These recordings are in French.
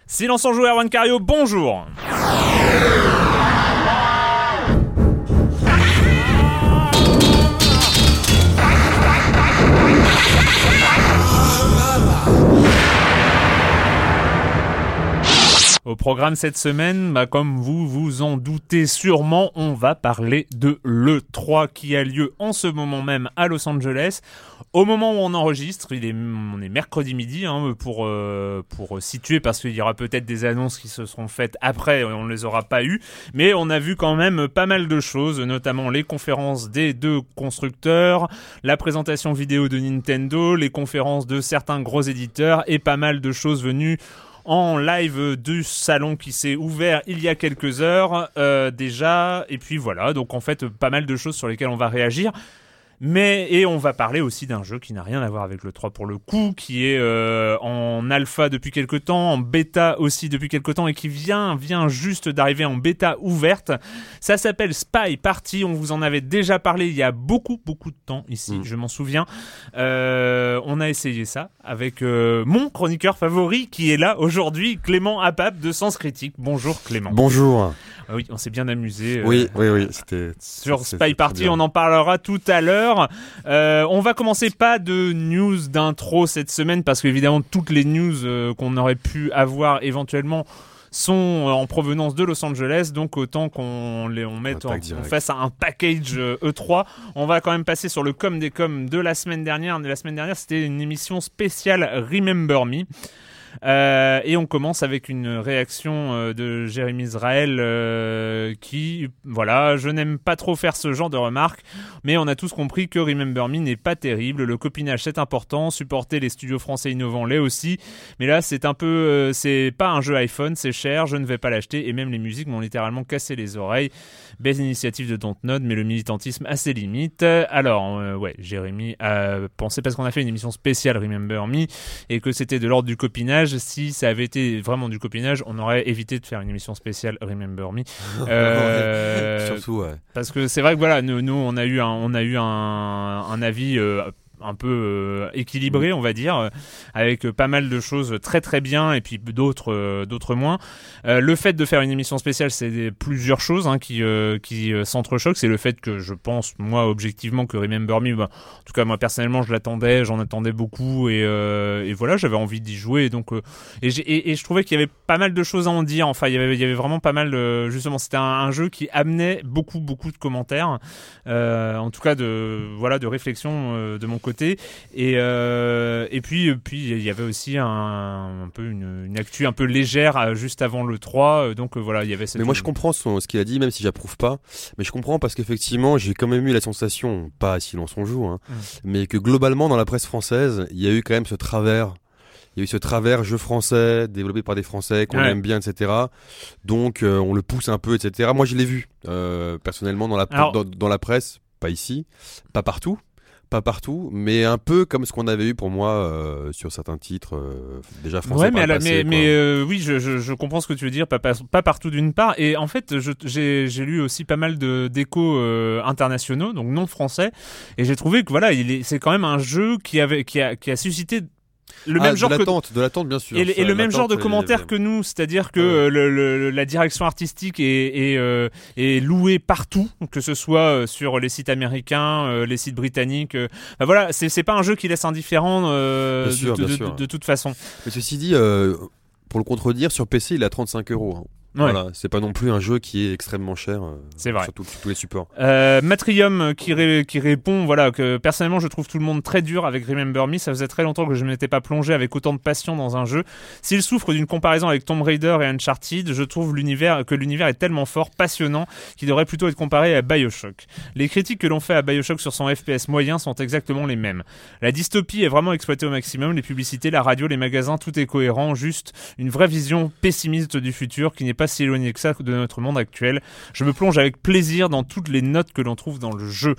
Silence en joue, Erwan Cario, bonjour. Au programme cette semaine, comme vous vous en doutez sûrement, on va parler de l'E3 qui a lieu en ce moment même à Los Angeles. Au moment où on enregistre, on est mercredi midi pour situer, parce qu'il y aura peut-être des annonces qui se seront faites après et on ne les aura pas eues. Mais on a vu quand même pas mal de choses, notamment les conférences des deux constructeurs, la présentation vidéo de Nintendo, les conférences de certains gros éditeurs et pas mal de choses venues en live du salon qui s'est ouvert il y a quelques heures déjà. Et puis voilà, donc en fait pas mal de choses sur lesquelles on va réagir. Et on va parler aussi d'un jeu qui n'a rien à voir avec le 3 pour le coup, qui est en alpha depuis quelque temps, en bêta aussi depuis quelque temps et qui vient juste d'arriver en bêta ouverte. Ça s'appelle Spy Party, on vous en avait déjà parlé il y a beaucoup de temps ici, je m'en souviens. On a essayé ça avec mon chroniqueur favori qui est là aujourd'hui, Clément Apap de Sens Critique. Bonjour Clément. Bonjour. Oui, on s'est bien amusé. Oui, c'était sur Spy Party, on en parlera tout à l'heure. On va commencer pas de news d'intro cette semaine parce qu'évidemment toutes les news qu'on aurait pu avoir éventuellement sont en provenance de Los Angeles, donc autant qu'on fasse un package E3. On va quand même passer sur le com des coms de la semaine dernière. La semaine dernière, c'était une émission spéciale Remember Me. Et on commence avec une réaction de Jérémy Israël qui, voilà, je n'aime pas trop faire ce genre de remarques, mais on a tous compris que Remember Me n'est pas terrible, le copinage c'est important, supporter les studios français innovants l'est aussi, mais là c'est un peu, c'est pas un jeu iPhone, c'est cher, je ne vais pas l'acheter, et même les musiques m'ont littéralement cassé les oreilles. Belle initiative de Dontnod, mais le militantisme a ses limites. Alors, Jérémy a pensé, parce qu'on a fait une émission spéciale Remember Me, et que c'était de l'ordre du copinage. Si ça avait été vraiment du copinage, on aurait évité de faire une émission spéciale Remember Me. Surtout, ouais. Parce que c'est vrai que voilà, nous on a eu un avis un peu équilibré, on va dire, avec pas mal de choses très très bien et puis d'autres moins. Le fait de faire une émission spéciale, c'est plusieurs choses qui s'entrechoquent. C'est le fait que je pense, moi, objectivement, que Remember Me, en tout cas moi personnellement, j'en attendais beaucoup et voilà, j'avais envie d'y jouer. Donc, et je trouvais qu'il y avait pas mal de choses à en dire. Enfin, il y avait vraiment pas mal justement, c'était un jeu qui amenait beaucoup de commentaires, en tout cas de réflexion de mon côté. Et puis il y avait aussi un peu une actu un peu légère juste avant le 3, donc voilà, il y avait cette... Mais moi je comprends ce qu'il a dit, même si j'approuve pas, mais je comprends parce qu'effectivement j'ai quand même eu la sensation, pas à Silence on joue, mais que globalement dans la presse française il y a eu quand même ce travers. Il y a eu ce travers jeu français, développé par des Français, qu'on aime bien, etc. Donc on le pousse un peu, etc. Moi je l'ai vu personnellement dans la presse, pas ici, pas partout, mais un peu comme ce qu'on avait eu pour moi sur certains titres déjà français. Ouais, mais oui, je comprends ce que tu veux dire, pas partout d'une part. Et en fait, j'ai lu aussi pas mal d'échos internationaux, donc non français, et j'ai trouvé que voilà, c'est quand même un jeu qui a suscité le même genre de l'attente bien sûr, et le même genre de commentaires que nous, c'est-à-dire que la direction artistique est louée partout, que ce soit sur les sites américains, les sites britanniques. Voilà, c'est pas un jeu qui laisse indifférent de toute façon. Mais ceci dit, pour le contredire, sur PC il est à 35€. Ouais. Voilà, c'est pas non plus un jeu qui est extrêmement cher, c'est vrai. Surtout sur tous les supports. Matrium qui répond, voilà, que personnellement je trouve tout le monde très dur avec Remember Me. Ça faisait très longtemps que je ne m'étais pas plongé avec autant de passion dans un jeu. S'il souffre d'une comparaison avec Tomb Raider et Uncharted, je trouve que l'univers est tellement fort, passionnant, qu'il devrait plutôt être comparé à BioShock. Les critiques que l'on fait à BioShock sur son FPS moyen sont exactement les mêmes. La dystopie est vraiment exploitée au maximum, les publicités, la radio, les magasins, tout est cohérent, juste une vraie vision pessimiste du futur qui n'est pas si éloigné que ça de notre monde actuel. Je me plonge avec plaisir dans toutes les notes que l'on trouve dans le jeu.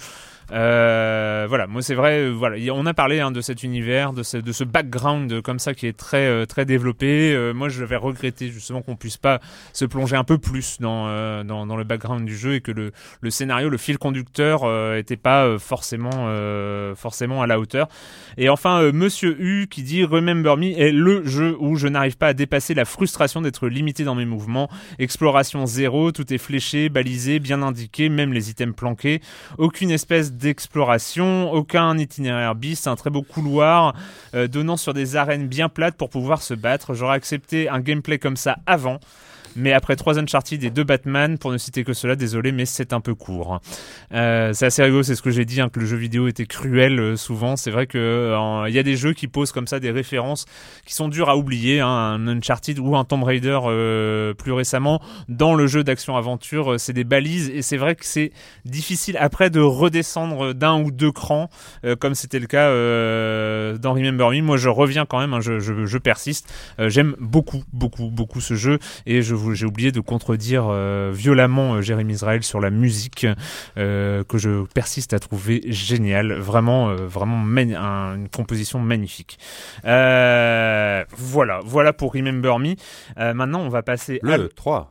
Voilà, moi c'est vrai, voilà, on a parlé de cet univers, de ce background comme ça qui est très très développé. Moi je vais regretter justement qu'on puisse pas se plonger un peu plus dans le background du jeu et que le scénario, le fil conducteur était pas forcément à la hauteur. Et enfin Monsieur U qui dit Remember Me est le jeu où je n'arrive pas à dépasser la frustration d'être limité dans mes mouvements. Exploration zéro, tout est fléché, balisé, bien indiqué, même les items planqués. Aucune espèce d'exploration, aucun itinéraire bis, un très beau couloir donnant sur des arènes bien plates pour pouvoir se battre. J'aurais accepté un gameplay comme ça avant. Mais après 3 Uncharted et 2 Batman, pour ne citer que cela, désolé, mais c'est un peu court. C'est assez rigolo, c'est ce que j'ai dit, que le jeu vidéo était cruel souvent. C'est vrai que y a des jeux qui posent comme ça des références qui sont dures à oublier. Un Uncharted ou un Tomb Raider plus récemment, dans le jeu d'action-aventure, c'est des balises. Et c'est vrai que c'est difficile après de redescendre d'un ou deux crans, comme c'était le cas dans Remember Me. Moi, je reviens quand même, je persiste. J'aime beaucoup ce jeu et j'ai oublié de contredire violemment Jérémy Israël sur la musique que je persiste à trouver géniale, vraiment une composition magnifique. Voilà pour Remember Me. Maintenant on va passer le 3.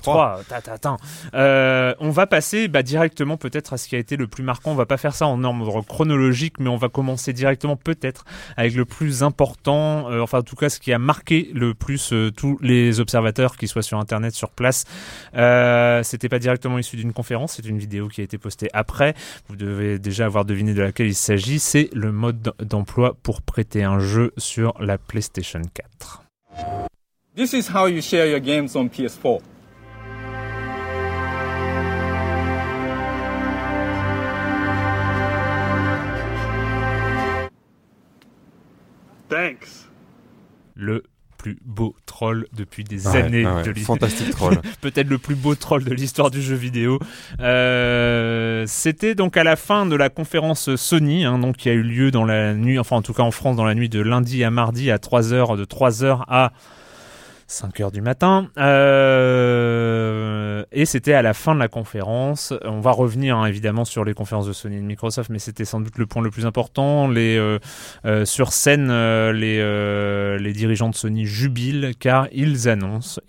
On va passer directement peut-être à ce qui a été le plus marquant. On va pas faire ça en ordre chronologique, mais on va commencer directement peut-être avec le plus important, enfin en tout cas ce qui a marqué le plus tous les observateurs qui soient sur internet, sur place. C'était pas directement issu d'une conférence, c'est une vidéo qui a été postée après. Vous devez déjà avoir deviné de laquelle il s'agit. C'est le mode d'emploi pour prêter un jeu sur la PlayStation 4. This is how you share your games on PS4. Thanks. Le plus beau troll depuis des années de l'histoire. Fantastique troll. Peut-être le plus beau troll de l'histoire du jeu vidéo. C'était donc à la fin de la conférence Sony, donc qui a eu lieu dans la nuit, enfin en tout cas en France dans la nuit de lundi à mardi à 3h, de 3h à 5h du matin, et c'était à la fin de la conférence. On va revenir évidemment sur les conférences de Sony et de Microsoft, mais c'était sans doute le point le plus important. Sur scène, les dirigeants de Sony jubilent car ils annoncent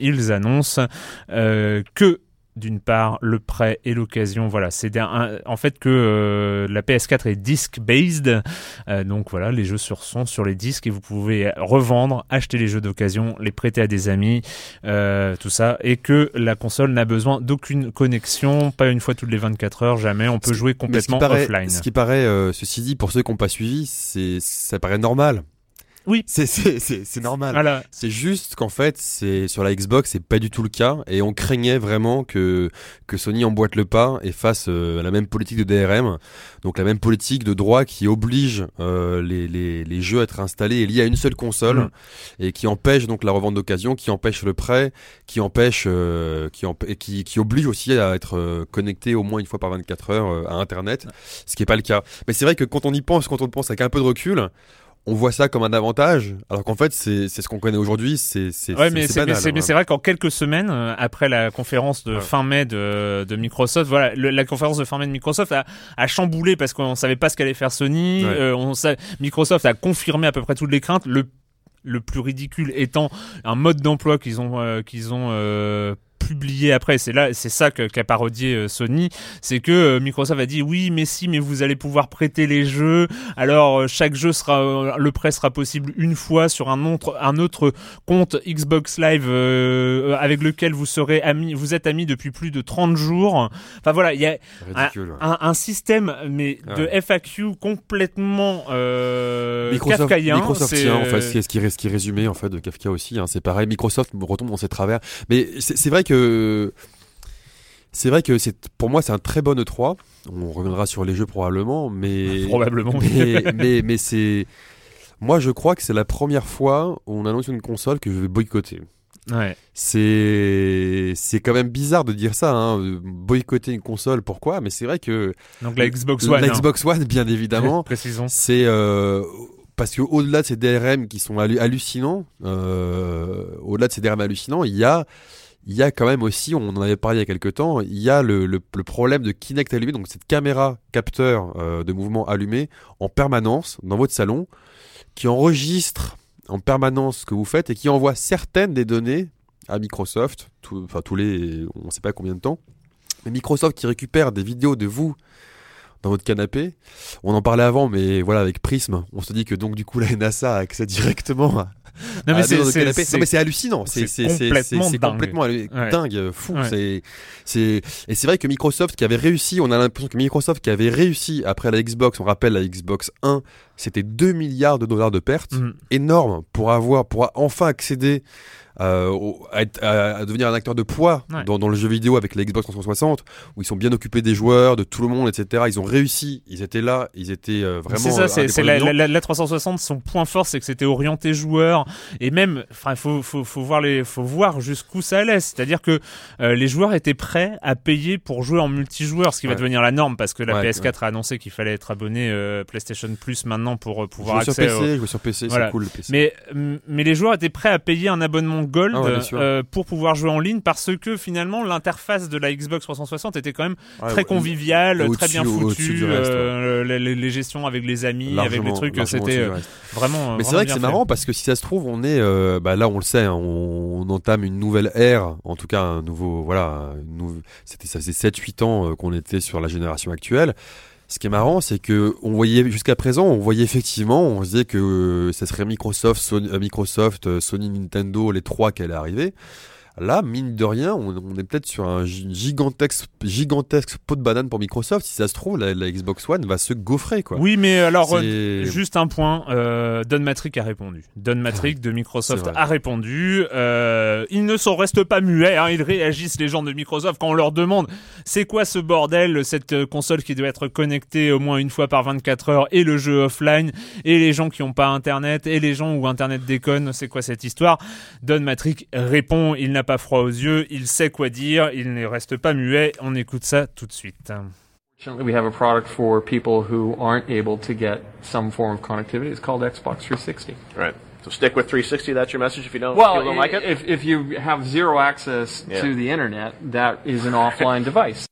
que d'une part le prêt et l'occasion, voilà, c'est en fait que la PS4 est disc-based, donc voilà, les jeux sont sur les disques et vous pouvez revendre, acheter les jeux d'occasion, les prêter à des amis, tout ça, et que la console n'a besoin d'aucune connexion, pas une fois toutes les 24 heures, jamais, on peut jouer complètement offline. Ce qui paraît, ceci dit, pour ceux qui n'ont pas suivi, ça paraît normal. Oui, c'est normal. Voilà. C'est juste qu'en fait, c'est sur la Xbox, c'est pas du tout le cas, et on craignait vraiment que Sony emboîte le pas et fasse la même politique de DRM, donc la même politique de droit qui oblige les jeux à être installés et liés à une seule console, et qui empêche donc la revente d'occasion, qui empêche le prêt, qui oblige aussi à être connecté au moins une fois par 24 heures à Internet, ce qui est pas le cas. Mais c'est vrai que quand on pense avec un peu de recul, on voit ça comme un avantage, alors qu'en fait c'est ce qu'on connaît aujourd'hui, c'est mais c'est vrai qu'en quelques semaines après la conférence de fin mai de Microsoft, voilà, la conférence de fin mai de Microsoft a chamboulé parce qu'on savait pas ce qu'allait faire Sony. Microsoft a confirmé à peu près toutes les craintes. Le plus ridicule étant un mode d'emploi qu'ils ont publié après, c'est ça qu'a parodié Sony, c'est que Microsoft a dit oui mais vous allez pouvoir prêter les jeux, alors chaque jeu le prêt sera possible une fois sur un autre compte Xbox Live avec lequel vous êtes amis depuis plus de 30 jours. Enfin voilà, il y a un système de FAQ complètement kafkaïen. Microsoft en fait, ce qui est résumé en fait de Kafka aussi, c'est pareil, Microsoft retombe dans ses travers, mais c'est vrai que pour moi c'est un très bon E3. On reviendra sur les jeux probablement, mais c'est, moi je crois que c'est la première fois où on annonce une console que je vais boycotter. Ouais. C'est quand même bizarre de dire ça, boycotter une console, pourquoi? Mais c'est vrai que donc la Xbox One, Xbox One bien évidemment, précisons. C'est parce que au-delà de ces DRM qui sont hallucinants, il y a il y a quand même aussi, on en avait parlé il y a quelques temps, il y a le problème de Kinect allumé, donc cette caméra capteur de mouvement allumé en permanence dans votre salon, qui enregistre en permanence ce que vous faites et qui envoie certaines des données à Microsoft, tous les, on ne sait pas combien de temps, mais Microsoft qui récupère des vidéos de vous dans votre canapé. On en parlait avant, mais voilà, avec Prism, on se dit que donc du coup la NASA a accès directement à non, mais c'est hallucinant, c'est complètement dingue, fou. Ouais. Et c'est vrai que Microsoft qui avait réussi, on a l'impression que Microsoft qui avait réussi après la Xbox, on rappelle la Xbox 1, c'était 2 milliards de dollars de pertes, énorme pour enfin accéder à devenir un acteur de poids dans le jeu vidéo avec la Xbox 360, où ils sont bien occupés des joueurs, de tout le monde, etc. Ils ont réussi, ils étaient là, ils étaient vraiment. C'est ça, c'est la 360. Son point fort, c'est que c'était orienté joueur, et même, enfin, faut voir jusqu'où ça allait. C'est-à-dire que les joueurs étaient prêts à payer pour jouer en multijoueur, ce qui va devenir la norme, parce que la PS4 a annoncé qu'il fallait être abonné PlayStation Plus maintenant pour pouvoir accéder. Jouer sur PC, voilà. C'est cool le PC. Mais les joueurs étaient prêts à payer un abonnement Gold pour pouvoir jouer en ligne, parce que finalement l'interface de la Xbox 360 était quand même très conviviale, très bien foutue, les gestions avec les amis, avec les trucs, c'était vraiment. Mais c'est vrai que c'est marrant, parce que si ça se trouve, on est là, on le sait, hein, on entame une nouvelle ère, en tout cas un nouveau, ça faisait 7-8 ans qu'on était sur la génération actuelle. Ce qui est marrant, c'est que jusqu'à présent, on voyait effectivement, on se disait que ça serait Microsoft, Sony, Nintendo, les trois qui allaient arriver. Là, mine de rien, on est peut-être sur un gigantesque pot de banane pour Microsoft. Si ça se trouve, la Xbox One va se gaufrer, quoi. Oui, mais alors, juste un point, Don Matrick a répondu. Don Matrick de Microsoft a répondu. Ils ne s'en restent pas muets, hein, ils réagissent, les gens de Microsoft, quand on leur demande c'est quoi ce bordel, cette console qui doit être connectée au moins une fois par 24 heures, et le jeu offline, et les gens qui n'ont pas Internet, et les gens où Internet déconne, c'est quoi cette histoire? Don Matrick répond, il n'a pas froid aux yeux, il sait quoi dire, il ne reste pas muet. On écoute ça tout de suite. Fortunately, we have a product for people who aren't able to get some form of connectivity. It's called Xbox 360. Right. So stick with 360. That's your message. If you don't like it. If you have zero access to the internet, that is an offline device.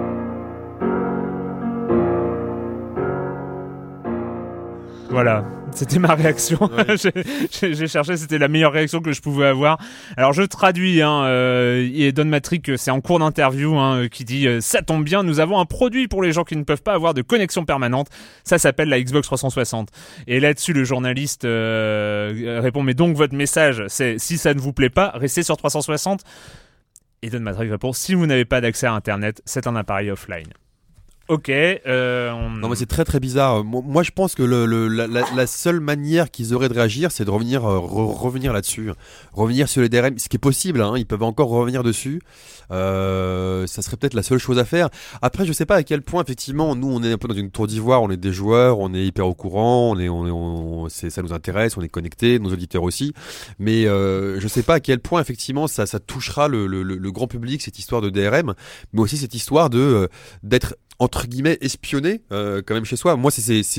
Voilà, c'était ma réaction. Ouais. j'ai cherché, c'était la meilleure réaction que je pouvais avoir. Alors je traduis, et Don Matrick, c'est en cours d'interview, qui dit ça tombe bien, nous avons un produit pour les gens qui ne peuvent pas avoir de connexion permanente. Ça s'appelle la Xbox 360. Et là-dessus, le journaliste répond, mais donc votre message, c'est si ça ne vous plaît pas, restez sur 360. Et Don Matrick répond, si vous n'avez pas d'accès à Internet, c'est un appareil offline. Ok. Non, mais c'est très très bizarre. Moi, je pense que la seule manière qu'ils auraient de réagir, c'est de revenir là-dessus, revenir sur les DRM, ce qui est possible. Hein, ils peuvent encore revenir dessus. Ça serait peut-être la seule chose à faire. Après, je sais pas à quel point effectivement, nous, on est un peu dans une tour d'ivoire. On est des joueurs, on est hyper au courant, ça nous intéresse, on est connectés, nos auditeurs aussi. Mais je sais pas à quel point effectivement ça touchera le grand public, cette histoire de DRM, mais aussi cette histoire d'être entre guillemets espionné quand même chez soi. Moi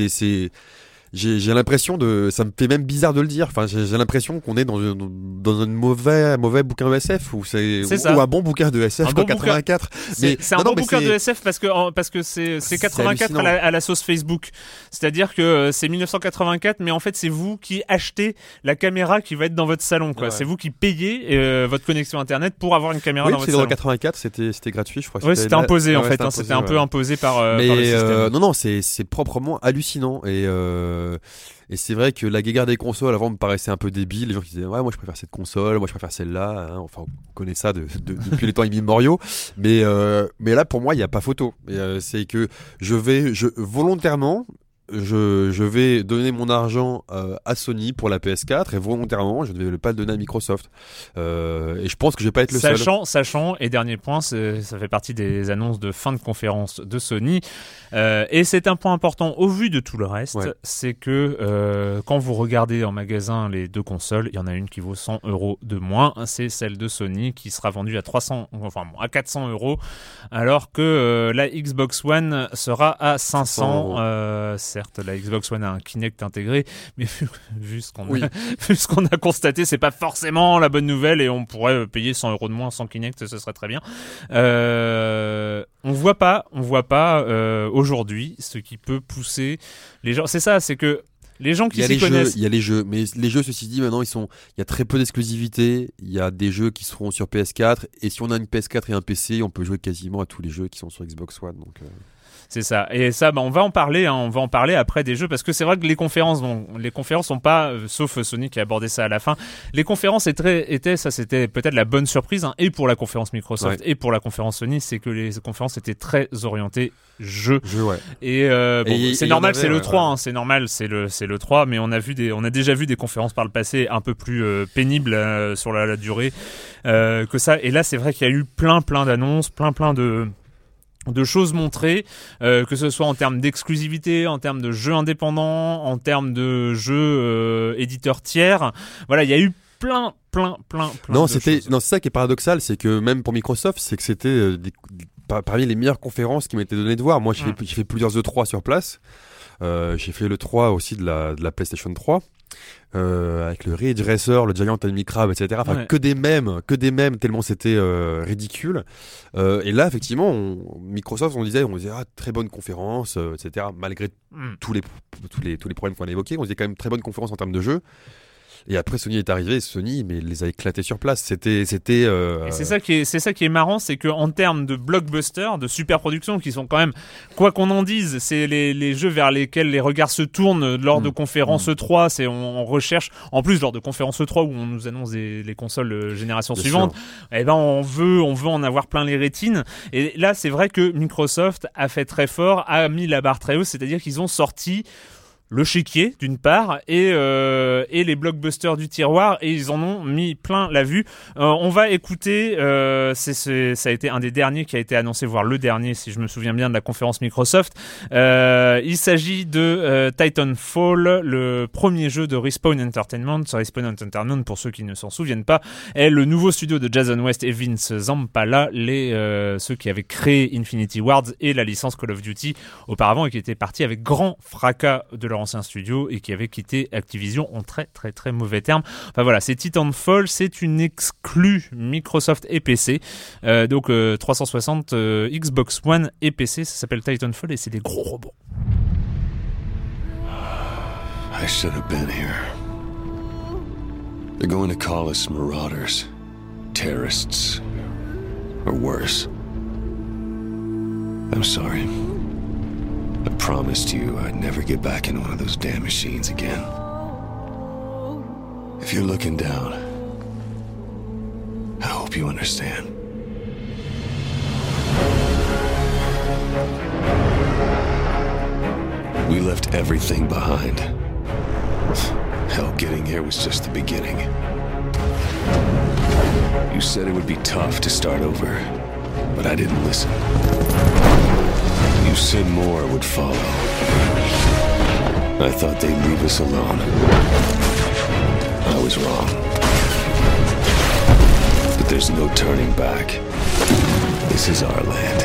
j'ai l'impression ça me fait même bizarre de le dire. Enfin, j'ai l'impression qu'on est dans un mauvais bouquin de SF ou un bon bouquin de SF en 84. C'est un bon bouquin de SF parce que c'est 84 à la sauce Facebook. C'est-à-dire que c'est 1984, mais en fait c'est vous qui achetez la caméra qui va être dans votre salon, quoi. Ouais. C'est vous qui payez votre connexion internet pour avoir une caméra dans votre salon. Oui, c'est dans 84, c'était gratuit, je crois. Oui, c'était imposé en fait. C'était un peu imposé par le système. Non, c'est proprement hallucinant et c'est vrai que la guéguerre des consoles avant me paraissait un peu débile. Les gens qui disaient ouais, moi je préfère cette console, moi je préfère celle-là. Hein. Enfin, on connaît ça depuis les temps immémoriaux. Mais là pour moi il n'y a pas photo. C'est que je volontairement. Je vais donner mon argent à Sony pour la PS4 et volontairement je ne vais pas le donner à Microsoft et je pense que je vais pas être le seul. Sachant, et dernier point, ça fait partie des annonces de fin de conférence de Sony, et c'est un point important au vu de tout le reste, c'est que quand vous regardez en magasin les deux consoles, il y en a une qui vaut 100 € de moins, c'est celle de Sony qui sera vendue à 400 €, alors que la Xbox One sera à 500 €. C'est certes, la Xbox One a un Kinect intégré, mais vu ce qu'on a constaté, c'est pas forcément la bonne nouvelle et on pourrait payer 100 € de moins sans Kinect, ce serait très bien. On voit pas aujourd'hui ce qui peut pousser les gens. C'est ça, c'est que les gens qui s'y connaissent. Il y a les jeux, mais les jeux, ceci dit, maintenant, il y a très peu d'exclusivité. Il y a des jeux qui seront sur PS4, et si on a une PS4 et un PC, on peut jouer quasiment à tous les jeux qui sont sur Xbox One. Donc, C'est ça. Et ça, on va en parler. On va en parler après des jeux, parce que c'est vrai que les conférences sont pas, sauf Sony qui a abordé ça à la fin. Les conférences c'était peut-être la bonne surprise, et pour la conférence Microsoft et pour la conférence Sony, c'est que les conférences étaient très orientées jeu. Ouais. Et c'est normal, c'est le 3, c'est normal, c'est le 3, mais on a déjà vu des conférences par le passé un peu plus pénibles sur la durée que ça. Et là, c'est vrai qu'il y a eu plein d'annonces, plein de choses montrées, que ce soit en termes d'exclusivité, en termes de jeux indépendants, en termes de jeux éditeurs tiers. Voilà, il y a eu plein non, de choses. Non, c'est ça qui est paradoxal, c'est que même pour Microsoft, c'est que c'était parmi les meilleures conférences qui m'étaient données de voir. Moi, j'ai fait plusieurs E3 sur place. J'ai fait le 3 aussi de la PlayStation 3. Avec le Ridge Racer, le Giant Enemy Crab, etc. Enfin, que des mèmes, tellement c'était ridicule. Et là, effectivement, Microsoft, on disait très bonne conférence, etc. Malgré tous les problèmes qu'on a évoqués, on disait quand même très bonne conférence en termes de jeu. Et après Sony est arrivé, Sony les a éclatés sur place. C'était. Et c'est ça qui est marrant, c'est que en termes de blockbuster, de super productions qui sont quand même, quoi qu'on en dise, c'est les jeux vers lesquels les regards se tournent lors de conférences E3. C'est on recherche, en plus lors de conférences E3 où on nous annonce les consoles génération suivante. Eh ben on veut en avoir plein les rétines. Et là c'est vrai que Microsoft a fait très fort, a mis la barre très haut, c'est-à-dire qu'ils ont sorti le chéquier d'une part et les blockbusters du tiroir, et ils en ont mis plein la vue. On va écouter, ça a été un des derniers qui a été annoncé, voire le dernier si je me souviens bien de la conférence Microsoft. Il s'agit de Titanfall, le premier jeu de Respawn Entertainment. Respawn Entertainment, pour ceux qui ne s'en souviennent pas, est le nouveau studio de Jason West et Vince Zampella, ceux qui avaient créé Infinity Ward et la licence Call of Duty auparavant, et qui étaient partis avec grand fracas de leur ancien studio et qui avait quitté Activision en très mauvais termes. Enfin voilà, c'est Titanfall, c'est une exclue Microsoft et PC, donc 360 Xbox One et PC. Ça s'appelle Titanfall et c'est des gros robots. I should have been here. They're going to call us marauders, terrorists, or worse. I'm sorry. I promised you I'd never get back in one of those damn machines again. If you're looking down, I hope you understand. We left everything behind. Hell, getting here was just the beginning. You said it would be tough to start over, but I didn't listen. You said more would follow. I thought they'd leave us alone. I was wrong. But there's no turning back. This is our land.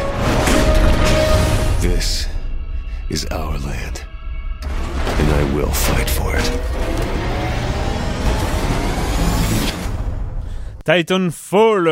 This is our land. And I will fight for it. Titanfall,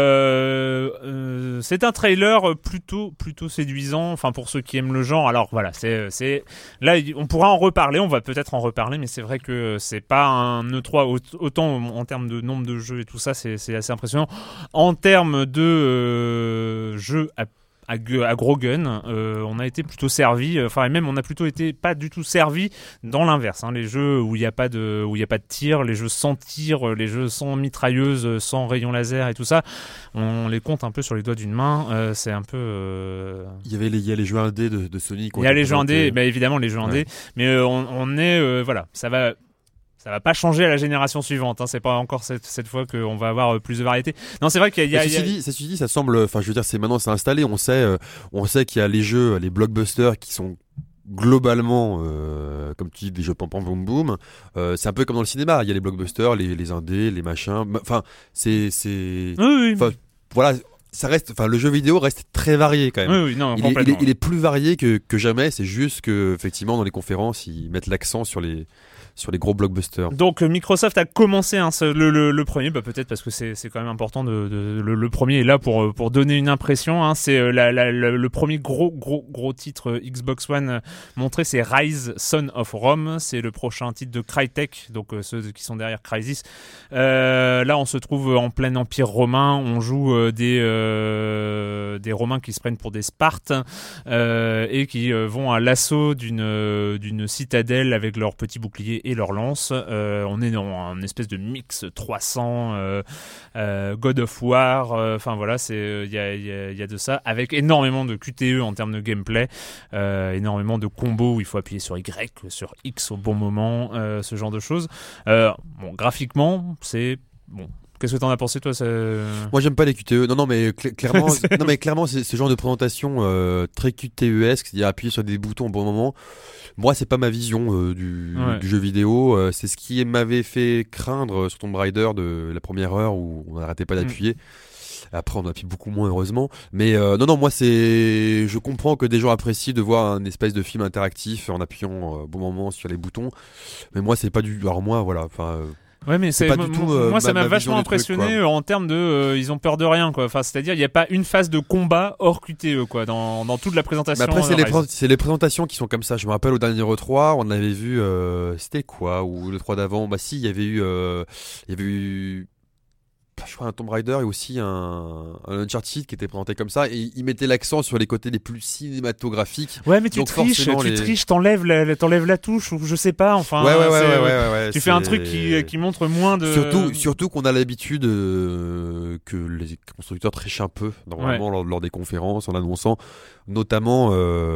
c'est un trailer plutôt séduisant, enfin pour ceux qui aiment le genre. Alors voilà, c'est là on pourra en reparler, on va peut-être en reparler, mais c'est vrai que c'est pas un E3 autant en termes de nombre de jeux et tout ça, c'est assez impressionnant. En termes de jeux à gros gun, on a été plutôt servi, enfin même on a plutôt été pas du tout servi dans l'inverse, les jeux où il y a pas de tir, les jeux sans tir, les jeux sans mitrailleuse, sans rayon laser et tout ça, on les compte un peu sur les doigts d'une main. C'est un peu il y a les jeux indés de Sony, il y a les jeux indés, évidemment les jeux indés, mais on est voilà, ça va pas changer à la génération suivante, c'est pas encore cette fois qu'on va avoir plus de variété. Non, c'est vrai qu'il y a ceci dit, ça semble, enfin je veux dire, c'est installé, on sait qu'il y a les jeux, les blockbusters qui sont globalement comme tu dis, des jeux pam pam boum boum, c'est un peu comme dans le cinéma, il y a les blockbusters, les indés, les machins, enfin c'est oui. Voilà, ça reste, enfin, le jeu vidéo reste très varié quand même. Oui, non, complètement. Il est plus varié que jamais. C'est juste que, effectivement, dans les conférences, ils mettent l'accent sur les gros blockbusters. Donc Microsoft a commencé le premier, peut-être parce que c'est quand même important le premier est là pour donner une impression. Hein, c'est le premier gros titre Xbox One montré, c'est Rise Son of Rome. C'est le prochain titre de Crytek, donc ceux qui sont derrière Crysis. Là, on se trouve en plein empire romain. On joue des Romains qui se prennent pour des Spartes et qui vont à l'assaut d'une citadelle avec leurs petits boucliers et leur lance. On est dans un espèce de mix 300 God of War, enfin voilà, il y a de ça, avec énormément de QTE en termes de gameplay, énormément de combos où il faut appuyer sur Y, sur X au bon moment, ce genre de choses. Bon, graphiquement, c'est bon. Qu'est-ce que t'en as pensé, toi? Moi, j'aime pas les QTE. Non, mais clairement, c'est ce genre de présentation très QTE-esque, c'est-à-dire appuyer sur des boutons au bon moment. Moi, c'est pas ma vision du jeu vidéo. C'est ce qui m'avait fait craindre sur Tomb Raider de la première heure où on n'arrêtait pas d'appuyer. Après, on appuie beaucoup moins, heureusement. Mais non, moi, je comprends que des gens apprécient de voir un espèce de film interactif en appuyant au bon moment sur les boutons. Mais moi, c'est pas du. Alors moi, voilà. Enfin. Ouais, mais c'est pas du tout. Moi, ça m'a vachement impressionné en termes de. Ils ont peur de rien, quoi. Enfin, c'est-à-dire, il n'y a pas une phase de combat hors QTE, quoi, dans toute la présentation. Mais après, c'est les présentations qui sont comme ça. Je me rappelle au dernier E3, on avait vu. C'était quoi? Ou le 3 d'avant? Bah, si, il y avait eu. Je crois un Tomb Raider et aussi un Uncharted qui était présenté comme ça, et ils mettaient l'accent sur les côtés les plus cinématographiques. Ouais, mais tu triches, t'enlèves la touche, ou je sais pas, enfin. Ouais, tu fais un truc qui montre moins de. Surtout qu'on a l'habitude que les constructeurs trichent un peu normalement lors des conférences en annonçant notamment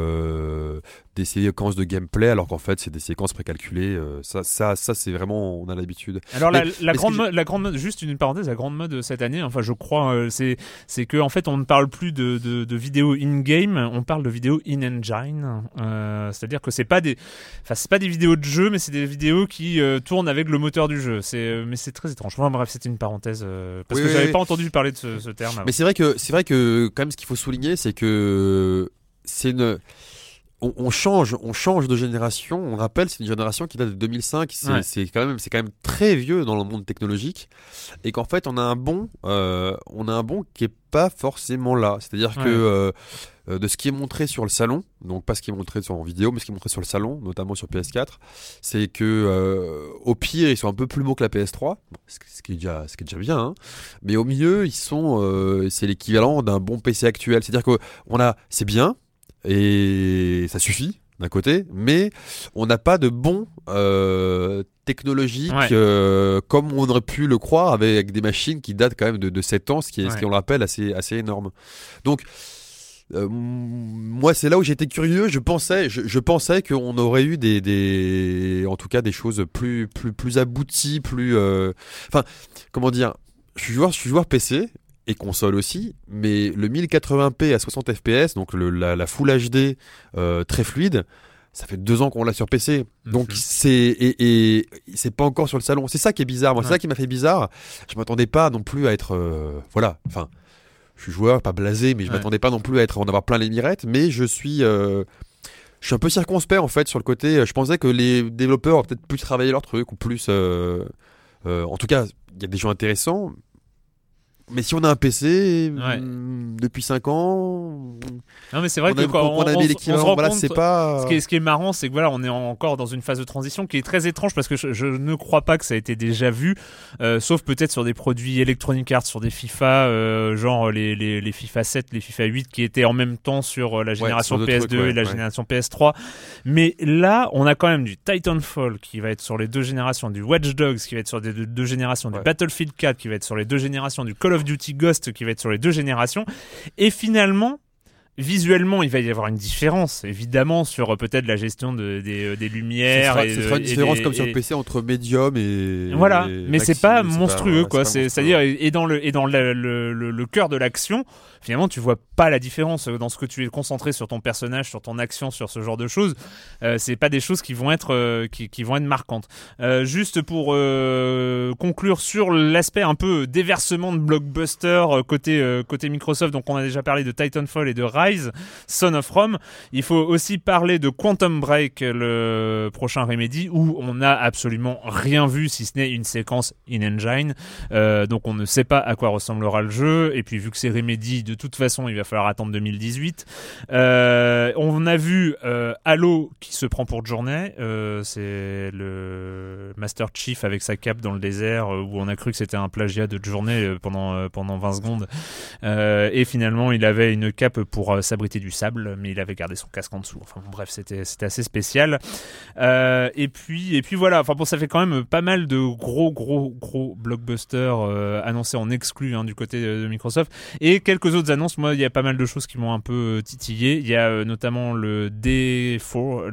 des séquences de gameplay, alors qu'en fait c'est des séquences précalculées. Ça c'est vraiment, on a l'habitude. Alors la grande mode, juste une parenthèse, la grande mode cette année, enfin je crois, c'est que en fait on ne parle plus de vidéos in-game, on parle de vidéos in-engine. C'est-à-dire que c'est pas des vidéos de jeu, mais c'est des vidéos qui tournent avec le moteur du jeu. Mais c'est très étrange. Enfin, bref, c'était une parenthèse parce que j'avais pas entendu parler de ce terme avant. Mais c'est vrai que quand même ce qu'il faut souligner, c'est que on change de génération. On rappelle, c'est une génération qui date de 2005. C'est quand même très vieux dans le monde technologique, et qu'en fait on a un bond qui est pas forcément là. C'est-à-dire que de ce qui est montré sur le salon, donc pas ce qui est montré en vidéo, mais ce qui est montré sur le salon, notamment sur PS4, c'est que au pire ils sont un peu plus beaux que la PS3, ce qui est déjà bien, hein. Mais au mieux c'est l'équivalent d'un bon PC actuel. C'est-à-dire que c'est bien. Et ça suffit d'un côté, mais on n'a pas de bon technologique comme on aurait pu le croire avec des machines qui datent quand même de 7 ans, ce qui on le rappelle assez énorme. Donc moi c'est là où j'étais curieux. Je pensais qu'on aurait eu en tout cas des choses plus abouties, enfin comment dire, je suis joueur PC et console aussi, mais le 1080p à 60 fps, donc la Full HD très fluide, ça fait 2 ans qu'on l'a sur PC. Donc c'est pas encore sur le salon. C'est ça qui est bizarre. Moi, c'est ça qui m'a fait bizarre. Je m'attendais pas non plus à être voilà. Enfin, je suis joueur, pas blasé, mais je m'attendais pas non plus à en avoir plein les mirettes. Mais je suis un peu circonspect en fait sur le côté. Je pensais que les développeurs auraient peut-être plus travaillé leur truc ou plus. En tout cas, il y a des gens intéressants. Mais si on a un PC depuis 5 ans, non mais c'est vrai que on a mis l'équivalent, voilà, c'est pas. Ce qui est marrant, c'est que voilà, on est encore dans une phase de transition qui est très étrange parce que je ne crois pas que ça a été déjà vu, sauf peut-être sur des produits Electronic Arts, sur des FIFA, genre les FIFA 7, les FIFA 8 qui étaient en même temps sur la génération PS2 et la génération PS3. Mais là, on a quand même du Titanfall qui va être sur les 2 générations, du Watch Dogs qui va être sur les 2 générations, du Battlefield 4 qui va être sur les 2 générations, du Call of Duty Ghost qui va être sur les 2 générations, et finalement visuellement, il va y avoir une différence, évidemment, sur peut-être la gestion des lumières. Ce sera une différence comme sur le PC entre médium et. Voilà, et mais maxi, c'est pas monstrueux, quoi. c'est pas C'est-à-dire, et dans le cœur de l'action, finalement, tu vois pas la différence dans ce que tu es concentré sur ton personnage, sur ton action, sur ce genre de choses. C'est pas des choses qui vont être qui vont être marquantes. Juste pour conclure sur l'aspect un peu déversement de blockbuster côté Microsoft. Donc, on a déjà parlé de Titanfall et de Rise, Son of Rome. Il faut aussi parler de Quantum Break, le prochain Remedy, où on n'a absolument rien vu si ce n'est une séquence in-engine. Donc on ne sait pas à quoi ressemblera le jeu. Et puis vu que c'est Remedy, de toute façon, il va falloir attendre 2018. On a vu Halo qui se prend pour Journey. C'est le Master Chief avec sa cape dans le désert où on a cru que c'était un plagiat de Journey pendant 20 secondes. Et finalement, il avait une cape pour s'abriter du sable, mais il avait gardé son casque en dessous. Enfin bon, bref, c'était assez spécial. Et puis voilà. Enfin bon, ça fait quand même pas mal de gros blockbusters annoncés en exclu du côté de Microsoft. Et quelques autres annonces. Moi, il y a pas mal de choses qui m'ont un peu titillé. Il y a notamment le D4,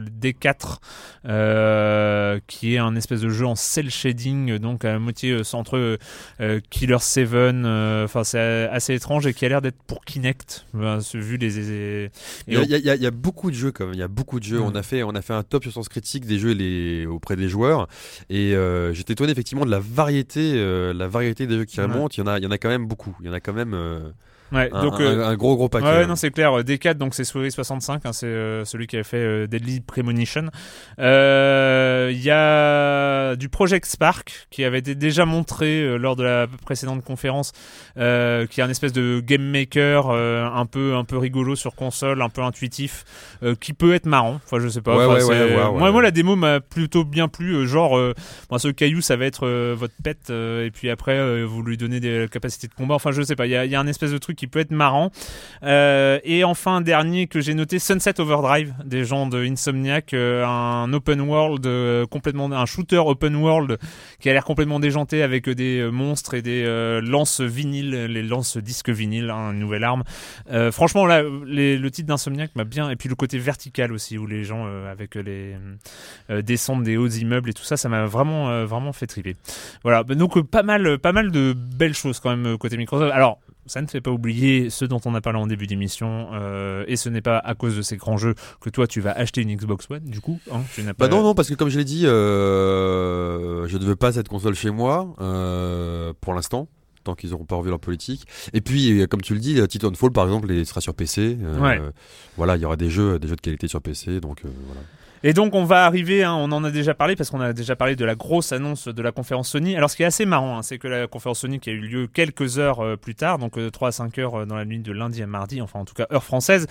qui est un espèce de jeu en cel shading, donc à moitié entre Killer 7. Enfin, c'est assez étrange et qui a l'air d'être pour Kinect. Vu les. Il y a beaucoup de jeux quand même. Il y a beaucoup de jeux. On a fait un top sur Sens Critique des jeux auprès des joueurs et j'étais étonné effectivement de la variété des jeux qui remontent. Il y en a quand même beaucoup. Il y en a quand même. Un gros paquet. Ouais, non, c'est clair. D4, donc c'est Souris 65, c'est celui qui avait fait Deadly Premonition. Il y a du Project Spark qui avait été déjà montré lors de la précédente conférence, qui est un espèce de game maker un peu rigolo sur console, un peu intuitif, qui peut être marrant. Enfin, je sais pas. Moi, la démo m'a plutôt bien plu. Ce caillou, ça va être votre pet, et puis après, vous lui donnez des capacités de combat. Enfin, je sais pas. Il y a un espèce de truc qui peut être marrant. Et enfin, dernier que j'ai noté, Sunset Overdrive, des gens de Insomniac, un open world un shooter open world qui a l'air complètement déjanté avec des monstres et des lances vinyles, les lances disques vinyles, une nouvelle arme. Franchement, là, le titre d'Insomniac m'a bien, et puis le côté vertical aussi, où les gens avec les descendent des hauts immeubles et tout ça, ça m'a vraiment fait triper. Voilà, donc pas mal de belles choses quand même côté Microsoft. Alors, ça ne fait pas oublier ce dont on a parlé en début d'émission, et ce n'est pas à cause de ces grands jeux que toi tu vas acheter une Xbox One, du coup, tu n'as pas... non, parce que comme je l'ai dit, je ne veux pas cette console chez moi pour l'instant, tant qu'ils n'auront pas revu leur politique. Et puis, comme tu le dis, Titanfall par exemple, il sera sur PC. Voilà, il y aura des jeux de qualité sur PC, donc voilà. Et donc on va arriver, on en a déjà parlé parce qu'on a déjà parlé de la grosse annonce de la conférence Sony. Alors ce qui est assez marrant, c'est que la conférence Sony qui a eu lieu quelques heures plus tard, donc 3 à 5 heures dans la nuit de lundi à mardi, enfin en tout cas heure française,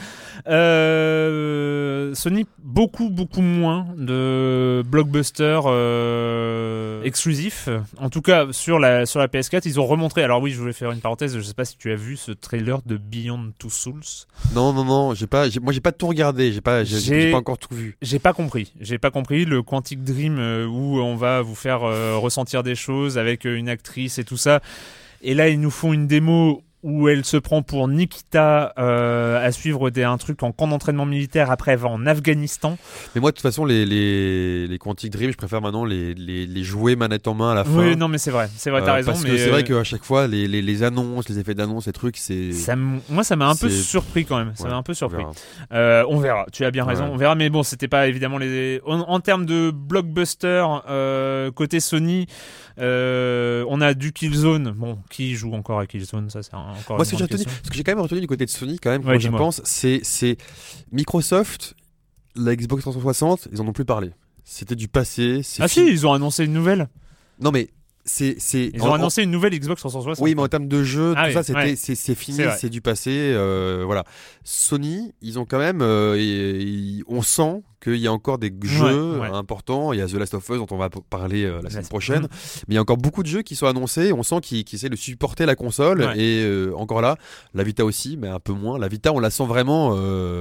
Sony beaucoup moins de blockbusters exclusifs. En tout cas sur la PS4, ils ont remontré. Alors oui, je voulais faire une parenthèse, je sais pas si tu as vu ce trailer de Beyond Two Souls. Non, moi j'ai pas tout regardé, j'ai pas encore tout vu. J'ai pas compris le Quantic Dream où on va vous faire ressentir des choses avec une actrice et tout ça. Et là, ils nous font une démo où elle se prend pour Nikita à suivre un truc en camp d'entraînement militaire, après elle va en Afghanistan. Mais moi de toute façon les Quantic Dream, je préfère maintenant les jouer manette en main à la fin. Oui, non mais c'est vrai t'as raison. Parce que c'est vrai qu'à chaque fois les annonces, les effets d'annonce, les trucs, moi ça m'a un peu surpris quand même. Ça m'a un peu surpris. On verra. Tu as bien raison. On verra, mais bon, c'était pas évidemment en termes de blockbuster côté Sony. On a du Killzone. Bon, qui joue encore à Killzone? Ça c'est encore. Moi, ce que j'ai quand même retenu du côté de Sony, quand même, quand j'y pense, c'est Microsoft, la Xbox 360, ils en ont plus parlé. C'était du passé. Si, ils ont annoncé une nouvelle. Non mais ils ont annoncé une nouvelle Xbox 360. Oui, mais en termes de jeu, tout ça, c'est fini, c'est du passé. Voilà. Sony, ils ont quand même, on sent qu'il y a encore des jeux importants. Il y a The Last of Us dont on va parler la semaine prochaine, mais il y a encore beaucoup de jeux qui sont annoncés. On sent qu'ils essaient de supporter la console et encore là, la Vita aussi, mais un peu moins. La Vita, on la sent vraiment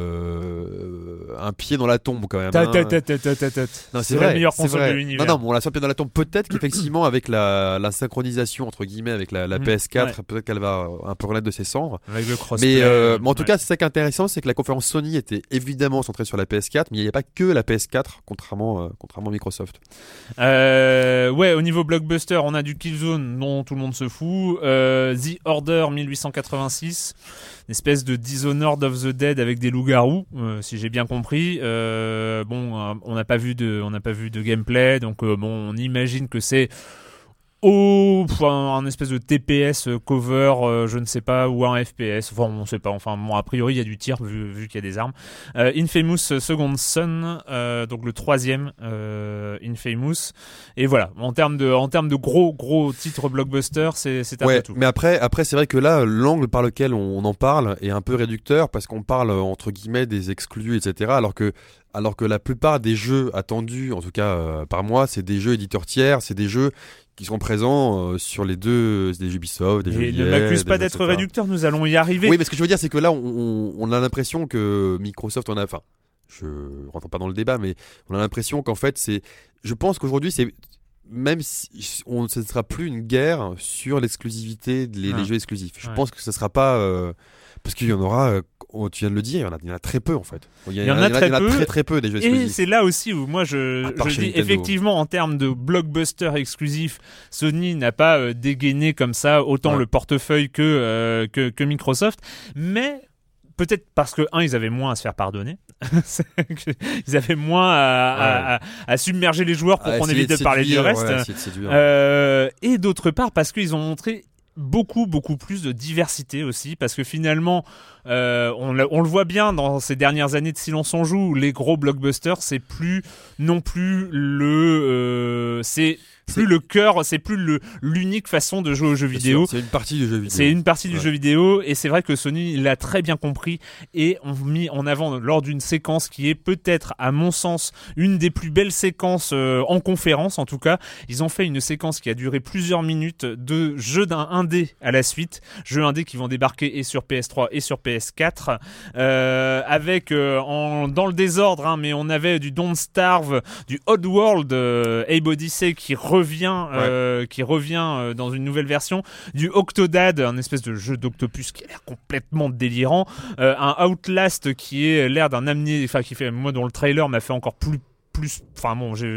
un pied dans la tombe quand même. Non, c'est la meilleure console de l'univers. Non, on la sent un pied dans la tombe. Peut-être qu'effectivement avec la synchronisation entre guillemets avec la PS4, peut-être qu'elle va un peu renaître de ses cendres. Avec le crossplay. Mais en tout cas, c'est ça qui est intéressant, c'est que la conférence Sony était évidemment centrée sur la PS4, mais il n'y avait pas que la PS4, contrairement à Microsoft. Au niveau blockbuster, on a du Killzone dont tout le monde se fout, The Order 1886, une espèce de Dishonored of the Dead avec des loups-garous, si j'ai bien compris. On n'a pas vu de gameplay, donc on imagine que c'est un espèce de TPS cover, je ne sais pas, ou un FPS, enfin on ne sait pas, a priori il y a du tir vu qu'il y a des armes. Infamous Second Son, donc le 3e Infamous, et voilà, en termes de gros titres blockbuster, c'est un peu tout. Mais après c'est vrai que là l'angle par lequel on en parle est un peu réducteur, parce qu'on parle entre guillemets des exclus, etc., alors que la plupart des jeux attendus, en tout cas par moi, c'est des jeux éditeurs tiers, c'est des jeux qui sont présents sur les deux, des Ubisoft, des jeux EA. Ne m'accuse pas d'être réducteur, nous allons y arriver. Oui, mais ce que je veux dire, c'est que là, on a l'impression que Microsoft je rentre pas dans le débat, mais on a l'impression qu'en fait, je pense qu'aujourd'hui, même si ce ne sera plus une guerre sur l'exclusivité, les jeux exclusifs. Je pense que ce ne sera pas... parce qu'il y en aura, tu viens de le dire, il y en a très peu en fait. Il y en a très peu des jeux exclusifs. Et c'est là aussi où moi je dis effectivement en termes de blockbuster exclusif, Sony n'a pas dégainé comme ça autant le portefeuille que Microsoft, mais peut-être parce que ils avaient moins à se faire pardonner. Ils avaient moins à submerger les joueurs pour qu'on évite de parler du reste. Et d'autre part parce qu'ils ont montré beaucoup plus de diversité aussi, parce que finalement on le voit bien dans ces dernières années de Silence on joue, où les gros blockbusters c'est plus non plus le cœur, c'est plus l'unique façon de jouer aux jeux vidéo. C'est une partie du jeu vidéo. C'est une partie du jeu vidéo, et c'est vrai que Sony l'a très bien compris et ont mis en avant lors d'une séquence qui est peut-être, à mon sens, une des plus belles séquences en conférence. En tout cas, ils ont fait une séquence qui a duré plusieurs minutes de jeux d'un indé à la suite, jeux indés qui vont débarquer et sur PS3 et sur PS4, avec dans le désordre, mais on avait du Don't Starve, du Oddworld, Abe Odyssey qui revient dans une nouvelle version, du Octodad, un espèce de jeu d'Octopus qui a l'air complètement délirant, un Outlast qui est l'air d'un moi dont le trailer m'a fait encore plus ça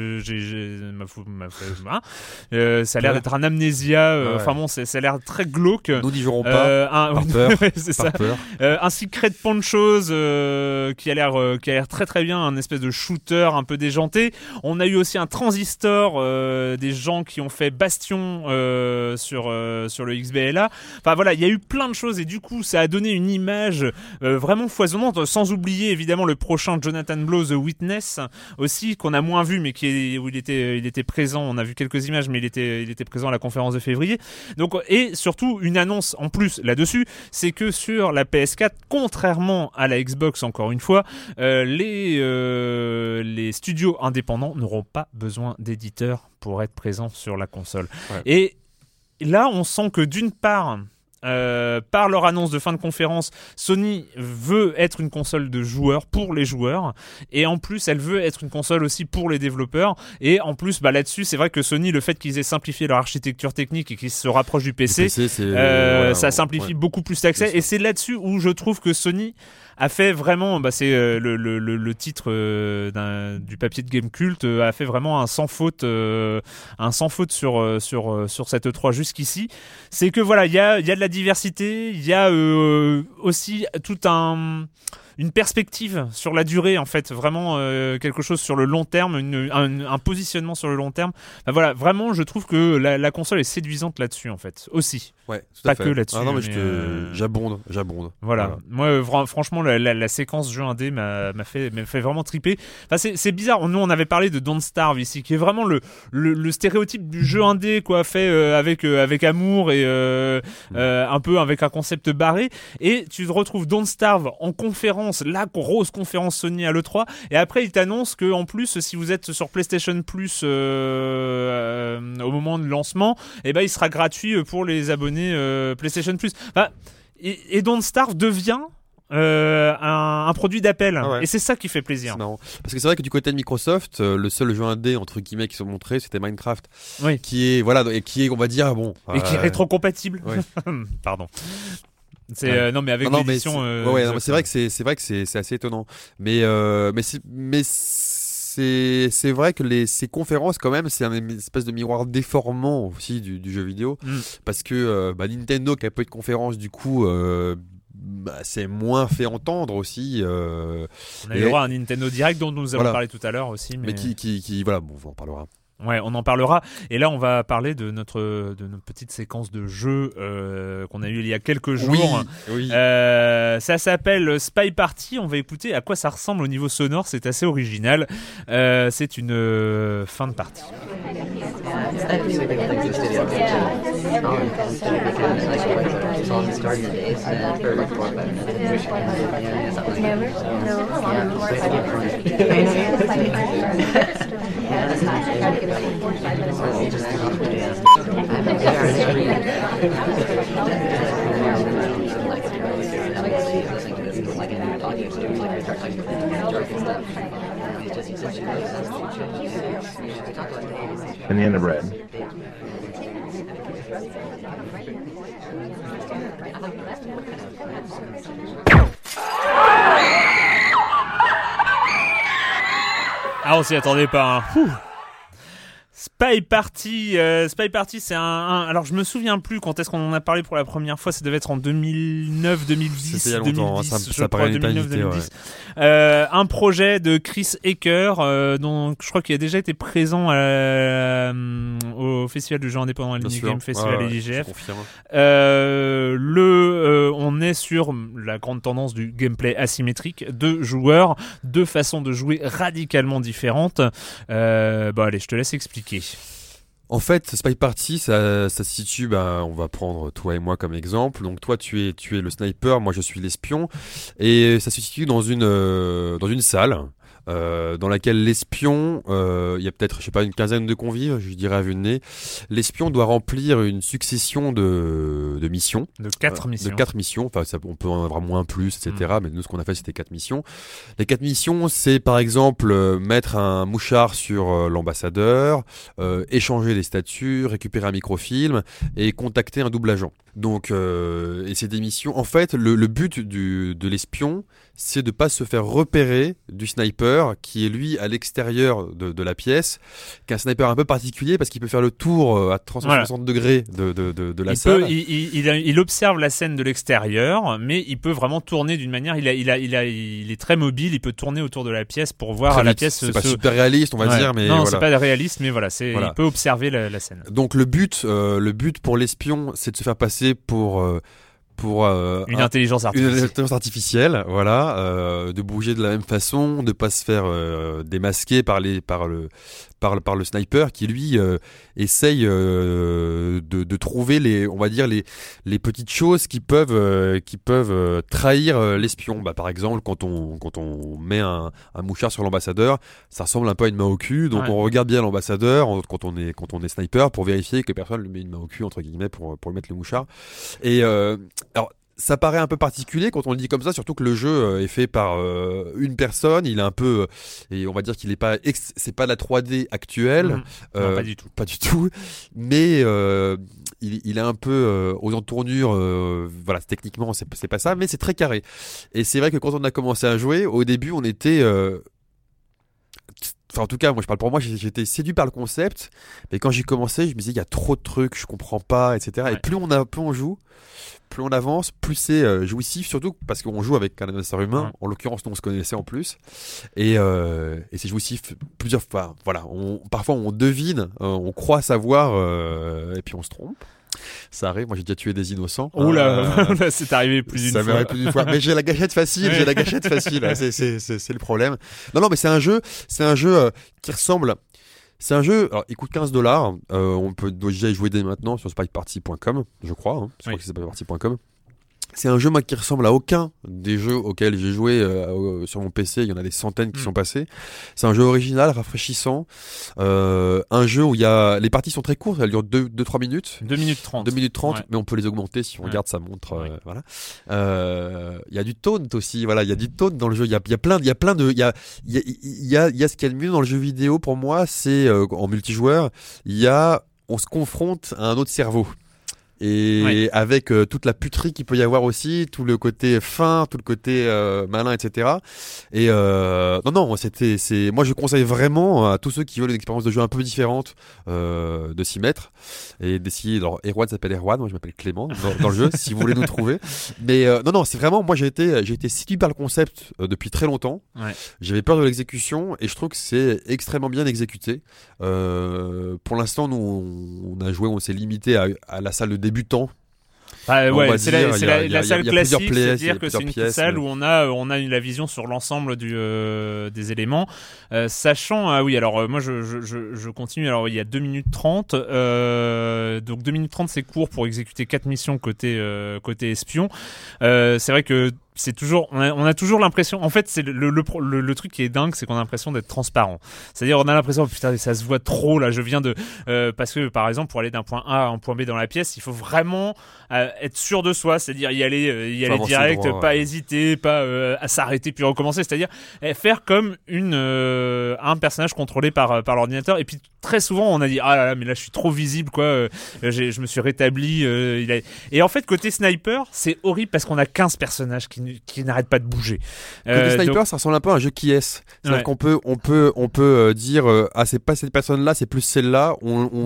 a l'air d'être un Amnesia, ça a l'air très glauque. Nous n'y jouerons pas par peur. C'est ça. Un Secret Ponchos qui a l'air très très bien, un espèce de shooter un peu déjanté. On a eu aussi un Transistor, des gens qui ont fait Bastion sur le XBLA. Enfin voilà, il y a eu plein de choses, et du coup ça a donné une image vraiment foisonnante, sans oublier évidemment le prochain Jonathan Blow, The Witness aussi, qu'on a moins vu, mais où il était présent. On a vu quelques images, mais il était présent à la conférence de février. Donc, et surtout une annonce en plus là-dessus, c'est que sur la PS4, contrairement à la Xbox, encore une fois, les studios indépendants n'auront pas besoin d'éditeurs pour être présents sur la console. Ouais. Et là, on sent que d'une part, par leur annonce de fin de conférence, Sony veut être une console de joueurs pour les joueurs, et en plus elle veut être une console aussi pour les développeurs. Et en plus là-dessus, c'est vrai que Sony, le fait qu'ils aient simplifié leur architecture technique et qu'ils se rapprochent du PC, ça simplifie beaucoup plus l'accès. Et c'est là-dessus où je trouve que Sony a fait vraiment, c'est le titre du papier de Gamecult, a fait vraiment un sans faute sur cette E3 jusqu'ici. C'est que voilà, il y a de la diversité, il y a aussi tout une perspective sur la durée, en fait, vraiment quelque chose sur le long terme, un positionnement sur le long terme. Enfin, voilà, vraiment, je trouve que la console est séduisante là-dessus, en fait, aussi. Ouais, tout à fait. Que là-dessus. Ah non, mais j'abonde. Voilà. Moi, franchement, la séquence jeu indé m'a fait vraiment triper. Enfin, c'est bizarre. Nous, on avait parlé de Don't Starve ici, qui est vraiment le stéréotype du jeu indé, quoi, fait avec amour et un peu avec un concept barré. Et tu te retrouves Don't Starve en conférence la grosse conférence Sony à l'E3, et après ils t'annoncent que en plus si vous êtes sur PlayStation Plus au moment de lancement, il sera gratuit pour les abonnés PlayStation Plus. Enfin, et Don't Starve devient un produit d'appel, et c'est ça qui fait plaisir. C'est marrant. Parce que c'est vrai que du côté de Microsoft, le seul jeu indé entre guillemets qui se montrait, c'était Minecraft, qui est on va dire et qui est rétrocompatible. Pardon. C'est non mais avec l'édition. C'est vrai que c'est assez étonnant. Mais c'est vrai que ces conférences quand même, c'est une espèce de miroir déformant aussi du jeu vidéo, parce que Nintendo qui a peu de conférences du coup. C'est moins fait entendre aussi. On a eu droit à un Nintendo Direct dont nous avons parlé tout à l'heure aussi. Mais qui voilà, bon, on en parlera. Ouais, on en parlera. Et là, on va parler de notre petite séquence de jeu qu'on a eu il y a quelques jours. Oui. Ça s'appelle Spy Party. On va écouter à quoi ça ressemble au niveau sonore. C'est assez original. C'est une fin de partie. Banana bread. Ah, on s'y attendait pas. Hein. Spy Party, c'est alors je me souviens plus quand est-ce qu'on en a parlé pour la première fois. Ça devait être en 2009, 2010. C'était il y a longtemps, 2010, ça paraît 2009, 2010. Ouais. Un projet de Chris Ecker, dont je crois qu'il a déjà été présent au Festival du jeu indépendant, l'Indie Game Festival et l'IGF. On est sur la grande tendance du gameplay asymétrique, 2 joueurs, 2 façons de jouer radicalement différentes. Allez, je te laisse expliquer. En fait, Spy Party, ça se situe, on va prendre toi et moi comme exemple. Donc toi, tu es le sniper, moi je suis l'espion, et ça se situe dans une salle. Dans laquelle l'espion, il y a peut-être, je sais pas, une quinzaine de convives, je dirais à vue de nez. L'espion doit remplir une succession de missions. De 4 missions. De 4 missions. Enfin, on peut en avoir moins, plus, etc. Mais nous, ce qu'on a fait, c'était 4 missions. Les 4 missions, c'est par exemple mettre un mouchard sur l'ambassadeur, échanger des statuts, récupérer un microfilm et contacter un double agent. Donc, et c'est des missions. En fait, le but de l'espion, c'est de pas se faire repérer du sniper qui est lui à l'extérieur de la pièce, qui est un sniper un peu particulier parce qu'il peut faire le tour à 360 degrés de la salle. Il observe la scène de l'extérieur, mais il peut vraiment tourner d'une manière. Il est très mobile. Il peut tourner autour de la pièce pour voir la pièce. C'est pas super réaliste, on va dire, mais non, voilà. C'est pas réaliste, mais voilà, il peut observer la scène. Donc le but pour l'espion, c'est de se faire passer pour une intelligence artificielle, voilà, de bouger de la même façon, de pas se faire démasquer par le sniper qui lui essaye de trouver les petites choses qui peuvent trahir l'espion. Par exemple, quand on met un mouchard sur l'ambassadeur, ça ressemble un peu à une main au cul, donc on regarde bien l'ambassadeur quand on est sniper pour vérifier que personne lui met une main au cul entre guillemets pour lui mettre le mouchard. Et alors ça paraît un peu particulier quand on le dit comme ça, surtout que le jeu est fait par une personne. Il est un peu, et on va dire qu'il est pas, c'est pas la 3D actuelle, non, pas du tout. Mais il est un peu aux entournures. Voilà, techniquement c'est pas ça, mais c'est très carré. Et c'est vrai que quand on a commencé à jouer, au début on était Enfin, en tout cas, moi je parle pour moi, j'étais séduit par le concept, mais quand j'ai commencé, je me disais il y a trop de trucs, je comprends pas, etc. Ouais. Et plus on joue, plus on avance, plus c'est jouissif, surtout parce qu'on joue avec un adversaire humain. En l'occurrence, nous on se connaissait en plus, et c'est jouissif plusieurs fois. Voilà, parfois on devine, on croit savoir, et puis on se trompe. Ça arrive, moi j'ai déjà tué des innocents. Oula, c'est arrivé plus d'une fois. Ça m'est arrivé plus d'une fois. Mais j'ai la gâchette facile, c'est le problème. Non, mais c'est un jeu qui ressemble. C'est un jeu, alors il coûte $15. On peut déjà y jouer dès maintenant sur spyparty.com, je crois. Je crois que c'est spyparty.com. C'est un jeu moi qui ressemble à aucun des jeux auxquels j'ai joué sur mon PC. Il y en a des centaines qui sont passés. C'est un jeu original, rafraîchissant. Un jeu où les parties sont très courtes, elles durent 2-3 minutes. 2 minutes 30. 2 minutes 30, Ouais. mais on peut les augmenter si on Ouais. regarde sa montre. Ouais. Voilà. Il y a du taunt aussi. Voilà, il y a du taunt dans le jeu. Il y a plein de, il y a ce qu'il y a de mieux dans le jeu vidéo pour moi, c'est en multijoueur. On se confronte à un autre cerveau. Et avec toute la puterie qu'il peut y avoir aussi, tout le côté fin, tout le côté malin, etc. Et non, moi je conseille vraiment à tous ceux qui veulent une expérience de jeu un peu différente de s'y mettre et d'essayer. Alors Erwan s'appelle Erwan, moi je m'appelle Clément dans le jeu, si vous voulez nous trouver. Mais non, c'est vraiment, moi j'ai été séduit par le concept depuis très longtemps. Ouais. J'avais peur de l'exécution et je trouve que c'est extrêmement bien exécuté. Pour l'instant, nous on s'est limité à la salle de débutant. Bah, On ouais, va c'est dire, la salle il y a plusieurs classique, pièces, c'est-à-dire que c'est une pièces, salle mais- où on a la vision sur l'ensemble des éléments, sachant oui, alors moi je continue. Alors il y a 2 minutes 30, donc 2 minutes 30 c'est court pour exécuter 4 missions côté espion. C'est vrai que c'est toujours, on a toujours l'impression, en fait, c'est le truc qui est dingue, c'est qu'on a l'impression d'être transparent. C'est-à-dire, on a l'impression, putain, ça se voit trop, là, je viens de, parce que, par exemple, pour aller d'un point A à un point B dans la pièce, il faut vraiment être sûr de soi, c'est-à-dire y aller direct, droit, pas ouais. hésiter, pas à s'arrêter puis recommencer, c'est-à-dire faire comme un personnage contrôlé par l'ordinateur. Et puis, très souvent, on a dit, ah là là, mais là, je suis trop visible, quoi, je me suis rétabli, et en fait, côté sniper, c'est horrible parce qu'on a 15 personnages qui n'arrête pas de bouger. Côté sniper, Donc, ça ressemble un peu à un jeu qui est. C'est-à-dire Ouais. qu'on peut dire ah c'est pas cette personne-là, c'est plus celle-là.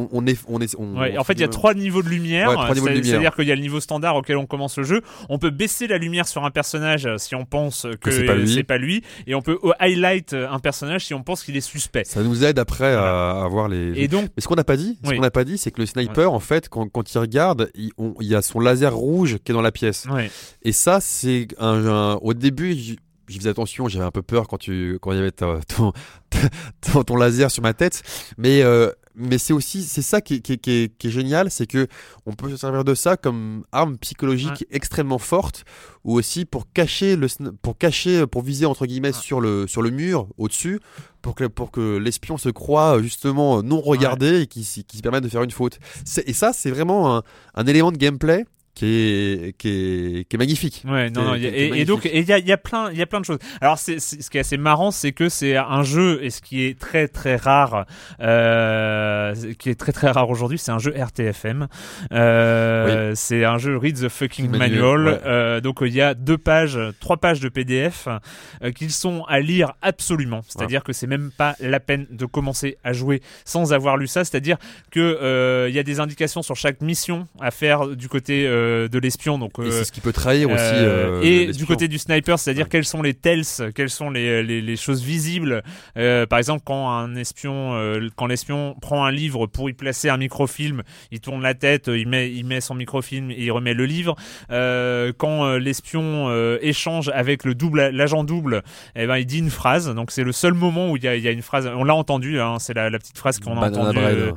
en fait, il y a 3 niveaux de lumière. Ouais, 3 niveaux de lumière. C'est-à-dire qu'il y a le niveau standard auquel on commence le jeu. On peut baisser la lumière sur un personnage si on pense que c'est pas lui. Et on peut highlight un personnage si on pense qu'il est suspect. Ça nous aide après à voir les. Et donc, Mais ce qu'on n'a pas dit, c'est que le sniper, en fait, quand il regarde, il y a son laser rouge qui est dans la pièce. ouais. Et ça, c'est au début, j'y faisais attention, j'avais un peu peur quand il y avait ton laser sur ma tête. Mais c'est ça qui est génial, c'est que on peut se servir de ça comme arme psychologique extrêmement forte, ou aussi pour viser entre guillemets sur le mur au-dessus, pour que l'espion se croie justement non regardé et qui se permette de faire une faute. Et ça, c'est vraiment un élément de gameplay qui est magnifique. Ouais, non, Qui est et magnifique. donc il y a plein de choses. Alors ce qui est assez marrant, c'est que c'est un jeu, et ce qui est très très rare, aujourd'hui, c'est un jeu RTFM. C'est un jeu Read the Fucking Manual. Donc il y a 3 pages de PDF qu'ils sont à lire absolument. C'est-à-dire que c'est même pas la peine de commencer à jouer sans avoir lu ça. C'est-à-dire que il y a des indications sur chaque mission à faire du côté de l'espion, donc et c'est ce qui peut trahir aussi et l'espion. du côté du sniper, c'est-à-dire quels sont les tells, quelles sont les choses visibles. Par exemple, quand l'espion prend un livre pour y placer un microfilm, il tourne la tête, il met son microfilm et il remet le livre. Quand l'espion échange avec l'agent double, ben il dit une phrase. Donc c'est le seul moment où il y a une phrase. On l'a entendu, c'est la petite phrase qu'on a Banana entendue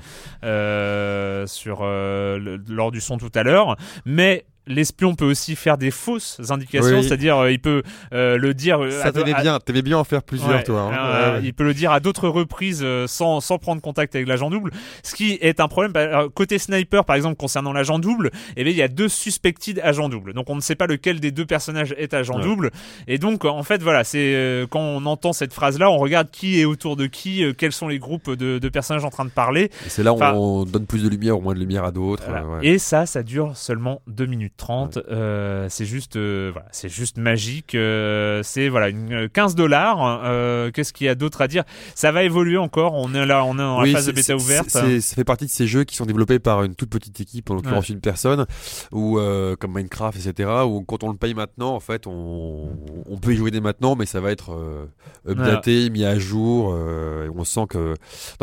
bread. lors du son tout à l'heure. Mais l'espion peut aussi faire des fausses indications, Oui. c'est-à-dire il peut le dire. Ça t'aimais bien en faire plusieurs, Ouais, toi. Hein. il peut le dire à d'autres reprises sans prendre contact avec l'agent double, ce qui est un problème. Côté sniper, par exemple, concernant l'agent double, il y a 2 suspected agents doubles, donc on ne sait pas lequel des 2 personnages est agent double, et donc en fait voilà, c'est quand on entend cette phrase-là, on regarde qui est autour de qui, quels sont les groupes de personnages en train de parler. Et c'est là où on donne plus de lumière ou moins de lumière à d'autres. Voilà. Ouais. Et ça dure seulement 2 minutes 30. C'est juste magique. C'est une $15. Qu'est-ce qu'il y a d'autre à dire? Ça va évoluer encore. On est dans la phase de bêta ouverte. Ça fait partie de ces jeux qui sont développés par une toute petite équipe, en l'occurrence une personne, ou comme Minecraft, etc. Où quand on le paye maintenant, en fait, on peut y jouer dès maintenant, mais ça va être updaté, mis à jour. Et on sent que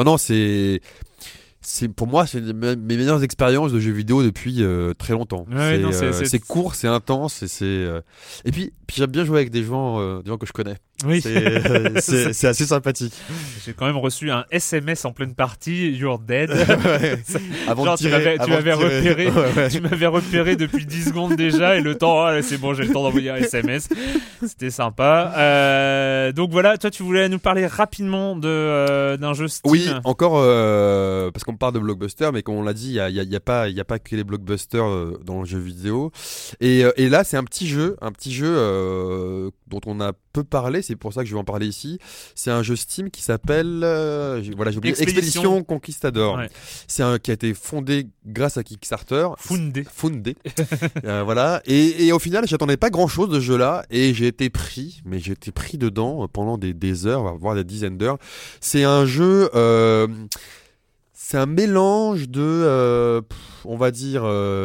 pour moi, c'est mes meilleures expériences de jeux vidéo depuis très longtemps. C'est court, c'est intense, et puis j'aime bien jouer avec des gens que je connais. Oui. C'est assez sympathique. J'ai quand même reçu un SMS en pleine partie, you're dead. Avant Genre, de tirer, tu m'avais repéré depuis 10 secondes déjà, et le temps, c'est bon, j'ai le temps d'envoyer un SMS. C'était sympa. Donc voilà, toi tu voulais nous parler rapidement d'un jeu Steam. Oui, encore parce qu'on parle de blockbuster, mais comme on l'a dit, il y a pas que les blockbusters dans le jeu vidéo. Et là, c'est un petit jeu dont on a peu parlé. C'est pour ça que je vais en parler ici. C'est un jeu Steam qui s'appelle j'ai oublié, Expédition Conquistador. Ouais. Qui a été fondé grâce à Kickstarter. Fondé. Voilà. Et au final, j'attendais pas grand chose de ce jeu-là, et j'ai été pris dedans pendant des heures, voire des dizaines d'heures. C'est un jeu. C'est un mélange de, on va dire.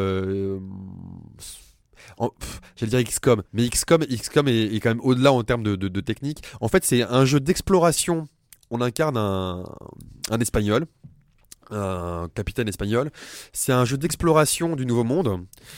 J'allais dire XCOM, mais XCOM est quand même au-delà en termes de technique. En fait, c'est un jeu d'exploration. On incarne un Espagnol, un capitaine espagnol. C'est un jeu d'exploration du Nouveau Monde,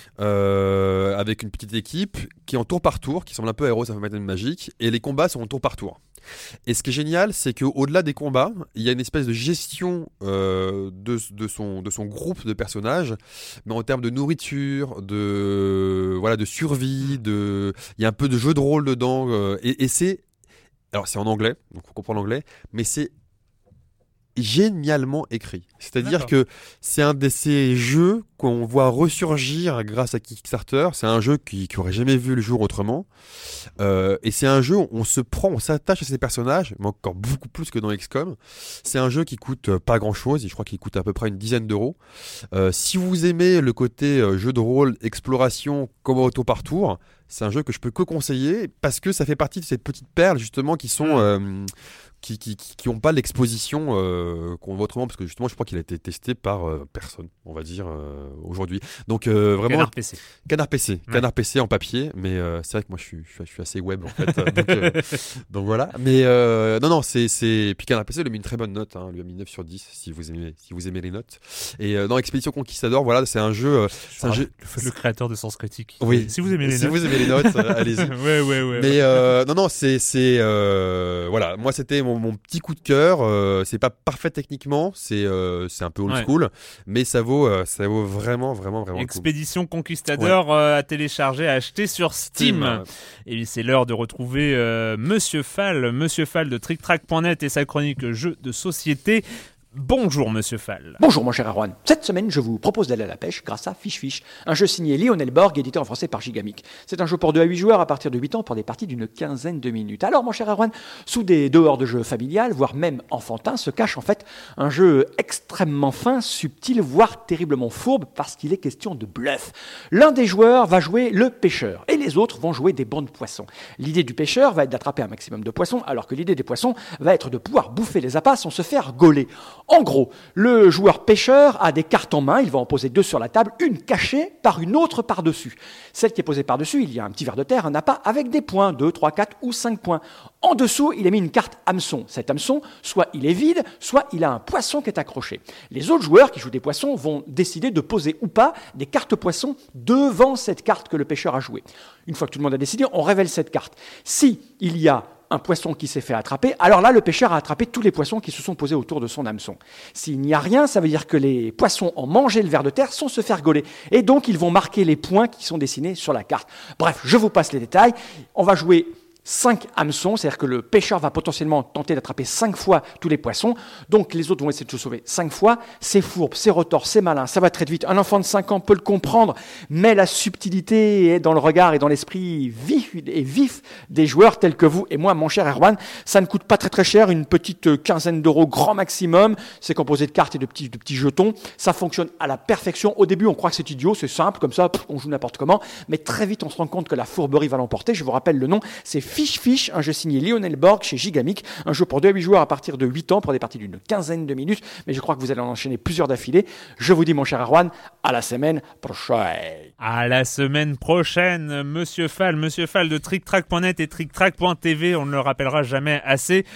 avec une petite équipe qui est en tour par tour, qui semble un peu Heroes of Might and Magic, et les combats sont en tour par tour. Et ce qui est génial, c'est qu'au-delà des combats, il y a une espèce de gestion de son groupe de personnages, mais en termes de nourriture, de survie, il y a un peu de jeu de rôle dedans, et c'est en anglais, donc on comprend l'anglais, mais c'est génialement écrit. C'est-à-dire que c'est un de ces jeux qu'on voit ressurgir grâce à Kickstarter. C'est un jeu qui aurait jamais vu le jour autrement. Et c'est un jeu où on s'attache à ces personnages, mais encore beaucoup plus que dans XCOM. C'est un jeu qui coûte pas grand-chose. Je crois qu'il coûte à peu près une dizaine d'euros. Si vous aimez le côté jeu de rôle, exploration, combat au tour par tour, c'est un jeu que je peux que conseiller, parce que ça fait partie de ces petites perles justement qui sont qui n'ont pas l'exposition qu'on voit autrement, parce que justement je crois qu'il a été testé par personne, on va dire, aujourd'hui. Donc vraiment Canard PC en papier, mais c'est vrai que moi je suis assez web en fait. donc voilà, mais non puis Canard PC lui a mis une très bonne note, lui a mis 9 sur 10 si vous aimez les notes. Et dans Expédition Conquistador, voilà, c'est un jeu le créateur de Sens Critique. Oui, si vous aimez les notes. Vous aimez les notes, allez-y. ouais. Mais non, c'est voilà, moi c'était mon petit coup de cœur. C'est pas parfait techniquement, c'est un peu old school, mais ça vaut vraiment Expédition Conquistador à télécharger, à acheter sur Steam. Et c'est l'heure de retrouver Monsieur Fall de TrickTrack.net et sa chronique jeux de société. Bonjour Monsieur Fall. Bonjour mon cher Erwan. Cette semaine, je vous propose d'aller à la pêche grâce à Fish, un jeu signé Lionel Borg, édité en français par Gigamic. C'est un jeu pour 2 à 8 joueurs à partir de 8 ans pour des parties d'une quinzaine de minutes. Alors mon cher Erwan, sous des dehors de jeu familial, voire même enfantin, se cache en fait un jeu extrêmement fin, subtil, voire terriblement fourbe, parce qu'il est question de bluff. L'un des joueurs va jouer le pêcheur et les autres vont jouer des bancs de poissons. L'idée du pêcheur va être d'attraper un maximum de poissons, alors que l'idée des poissons va être de pouvoir bouffer les appâts sans se faire gauler. En gros, le joueur pêcheur a des cartes en main, il va en poser 2 sur la table, une cachée par une autre par-dessus. Celle qui est posée par-dessus, il y a un petit ver de terre, un appât avec des points, 2, 3, 4 ou 5 points. En dessous, il a mis une carte hameçon. Cet hameçon, soit il est vide, soit il a un poisson qui est accroché. Les autres joueurs qui jouent des poissons vont décider de poser ou pas des cartes poissons devant cette carte que le pêcheur a jouée. Une fois que tout le monde a décidé, on révèle cette carte. Si il y a un poisson qui s'est fait attraper, alors là, le pêcheur a attrapé tous les poissons qui se sont posés autour de son hameçon. S'il n'y a rien, ça veut dire que les poissons ont mangé le ver de terre sans se faire gauler. Et donc, ils vont marquer les points qui sont dessinés sur la carte. Bref, je vous passe les détails. On va jouer 5 hameçons, c'est-à-dire que le pêcheur va potentiellement tenter d'attraper 5 fois tous les poissons, donc les autres vont essayer de se sauver 5 fois. C'est fourbe, c'est retors, c'est malin, ça va très vite. Un enfant de 5 ans peut le comprendre, mais la subtilité est dans le regard et dans l'esprit vif des joueurs tels que vous et moi, mon cher Erwan. Ça ne coûte pas très très cher, une petite quinzaine d'euros grand maximum. C'est composé de cartes et de petits jetons. Ça fonctionne à la perfection. Au début, on croit que c'est idiot, c'est simple, comme ça, on joue n'importe comment, mais très vite, on se rend compte que la fourberie va l'emporter. Je vous rappelle le nom, c'est Fish, un jeu signé Lionel Borg chez Gigamic, un jeu pour 2 à 8 joueurs à partir de 8 ans pour des parties d'une quinzaine de minutes, mais je crois que vous allez en enchaîner plusieurs d'affilée. Je vous dis, mon cher Erwan, à la semaine prochaine. À la semaine prochaine, Monsieur Fall de TrickTrack.net et TrickTrack.tv, on ne le rappellera jamais assez.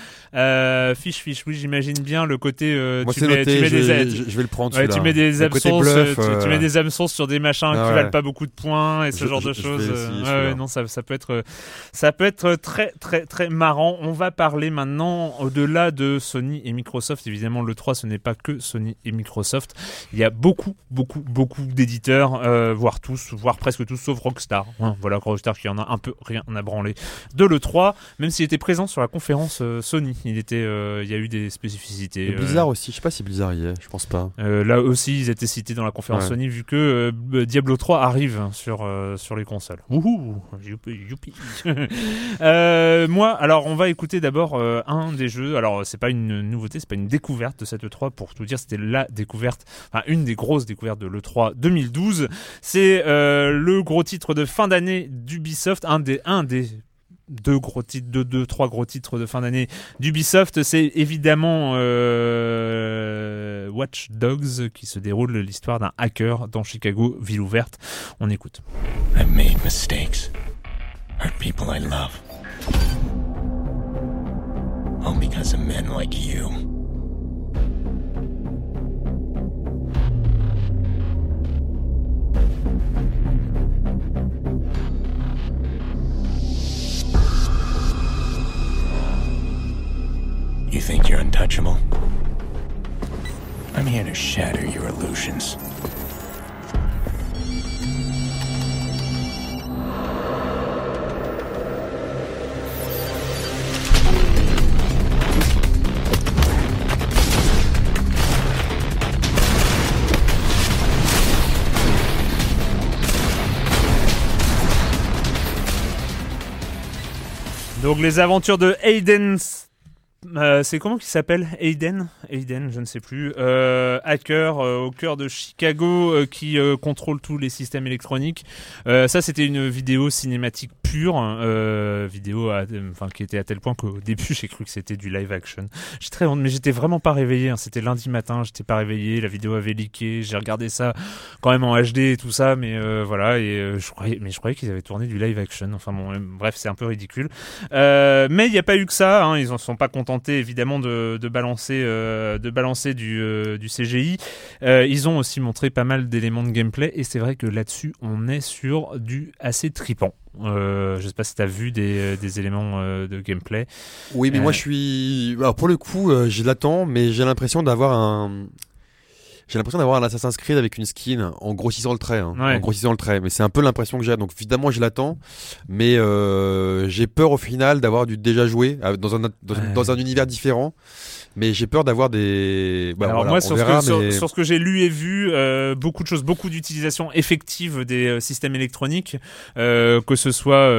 Fish, oui, j'imagine bien le côté. Moi, tu mets des aides. Je vais le prendre. Ouais, tu mets des hameçons, tu mets des hameçons sur des machins qui valent pas beaucoup de points et ce genre de choses. Non, ça peut être titre très très très marrant. On va parler maintenant au-delà de Sony et Microsoft. Évidemment, le 3, ce n'est pas que Sony et Microsoft. Il y a beaucoup d'éditeurs, voire presque tous, sauf Rockstar. Voilà, Rockstar qui en a un peu rien à branler de l'E3, même s'il était présent sur la conférence Sony. Il y a eu des spécificités. Et Blizzard aussi, je sais pas si Blizzard y est, je pense pas. Là aussi, ils étaient cités dans la conférence Sony, vu que Diablo 3 arrive sur les consoles. Wouhou, youpi. Moi, alors on va écouter d'abord un des jeux. Alors c'est pas une nouveauté, c'est pas une découverte de cette E3, pour tout dire, c'était la découverte, enfin une des grosses découvertes de l'E3 2012. C'est le gros titre de fin d'année d'Ubisoft, un des trois gros titres de fin d'année d'Ubisoft. C'est évidemment Watch Dogs, qui se déroule l'histoire d'un hacker dans Chicago, ville ouverte. On écoute. I've made mistakes, hurt people I love, all because of men like you. You think you're untouchable? I'm here to shatter your illusions. Donc les aventures de Aiden. C'est comment qu'il s'appelle? Aiden, je ne sais plus. Hacker au cœur de Chicago qui contrôle tous les systèmes électroniques. Ça, c'était une vidéo cinématique pure, vidéo qui était à tel point qu'au début j'ai cru que c'était du live action. J'ai très honte, mais j'étais vraiment pas réveillé. C'était lundi matin, j'étais pas réveillé. La vidéo avait leaké. J'ai regardé ça quand même en HD et tout ça, mais voilà. Et je croyais qu'ils avaient tourné du live action. Enfin bon, bref, c'est un peu ridicule. Mais il n'y a pas eu que ça. Ils en sont pas contents évidemment de balancer du CGI. Ils ont aussi montré pas mal d'éléments de gameplay, et c'est vrai que là-dessus on est sur du assez tripant. Je sais pas si tu as vu des éléments de gameplay. Oui, mais moi je suis... Alors pour le coup, je l'attends, mais j'ai l'impression d'avoir un Assassin's Creed avec une skin en grossissant le trait. En grossissant le trait. Mais c'est un peu l'impression que j'ai. Donc évidemment, je l'attends. Mais j'ai peur au final d'avoir du déjà joué dans un univers différent. Mais j'ai peur d'avoir des... Alors moi, sur ce que j'ai lu et vu, beaucoup de choses, beaucoup d'utilisation effective des systèmes électroniques, que ce soit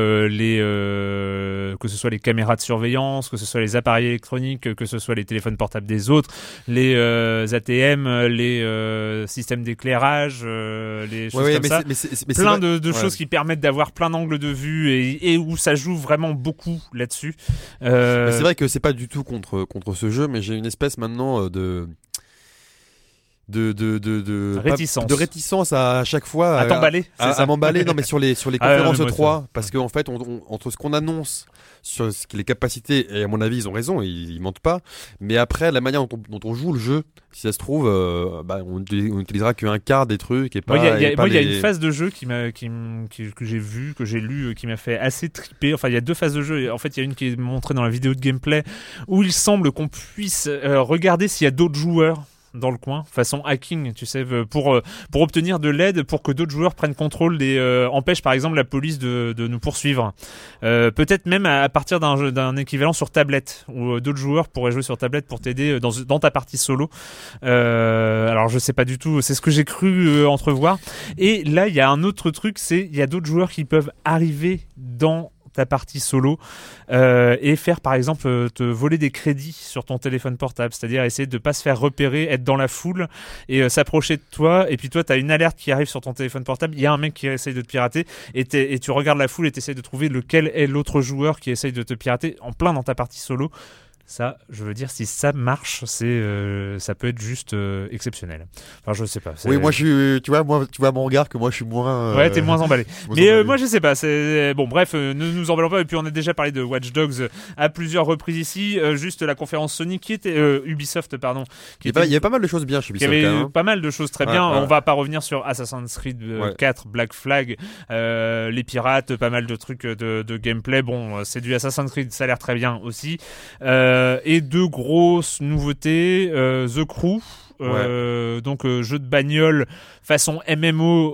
les caméras de surveillance, que ce soit les appareils électroniques, que ce soit les téléphones portables des autres, les ATM, les systèmes d'éclairage, les choses comme ça. Mais plein de choses qui permettent d'avoir plein d'angles de vue et où ça joue vraiment beaucoup là-dessus. Mais c'est vrai que c'est pas du tout contre ce jeu, mais j'ai une espèce maintenant de réticence à chaque fois à t'emballer, à m'emballer. Non, mais sur les conférences 3, parce qu'en fait entre ce qu'on annonce sur les capacités, et à mon avis ils ont raison, ils mentent pas, mais après la manière dont on joue le jeu, si ça se trouve on utilisera qu'un quart des trucs et pas. Il y a une phase de jeu que j'ai vue, que j'ai lu, qui m'a fait assez triper. Enfin, il y a deux phases de jeu. En fait, il y a une qui est montrée dans la vidéo de gameplay où il semble qu'on puisse regarder s'il y a d'autres joueurs dans le coin, façon hacking, tu sais, pour obtenir de l'aide, pour que d'autres joueurs prennent contrôle empêchent par exemple la police de nous poursuivre. Peut-être même à partir d'un équivalent sur tablette, où d'autres joueurs pourraient jouer sur tablette pour t'aider dans ta partie solo. Alors je sais pas du tout, c'est ce que j'ai cru entrevoir. Et là, il y a un autre truc, il y a d'autres joueurs qui peuvent arriver dans ta partie solo et faire par exemple te voler des crédits sur ton téléphone portable, c'est-à-dire essayer de pas se faire repérer, être dans la foule et s'approcher de toi, et puis toi t'as une alerte qui arrive sur ton téléphone portable, il y a un mec qui essaye de te pirater et tu regardes la foule et t'essayes de trouver lequel est l'autre joueur qui essaye de te pirater en plein dans ta partie solo. Ça, je veux dire, si ça marche, ça peut être juste exceptionnel. Enfin, je sais pas. Oui, moi, tu vois mon regard que moi, je suis moins. Ouais, t'es moins emballé. Mais moi, je sais pas. Bon, bref, ne nous emballons pas. Et puis, on a déjà parlé de Watch Dogs à plusieurs reprises ici. Juste la conférence Sony qui était Ubisoft, pardon. Il y avait pas mal de choses bien chez Ubisoft. Il y avait pas mal de choses très bien. On va pas revenir sur Assassin's Creed 4, Black Flag, les pirates, pas mal de trucs de gameplay. Bon, c'est du Assassin's Creed, ça a l'air très bien aussi. Et deux grosses nouveautés, The Crew, donc jeu de bagnole façon MMO,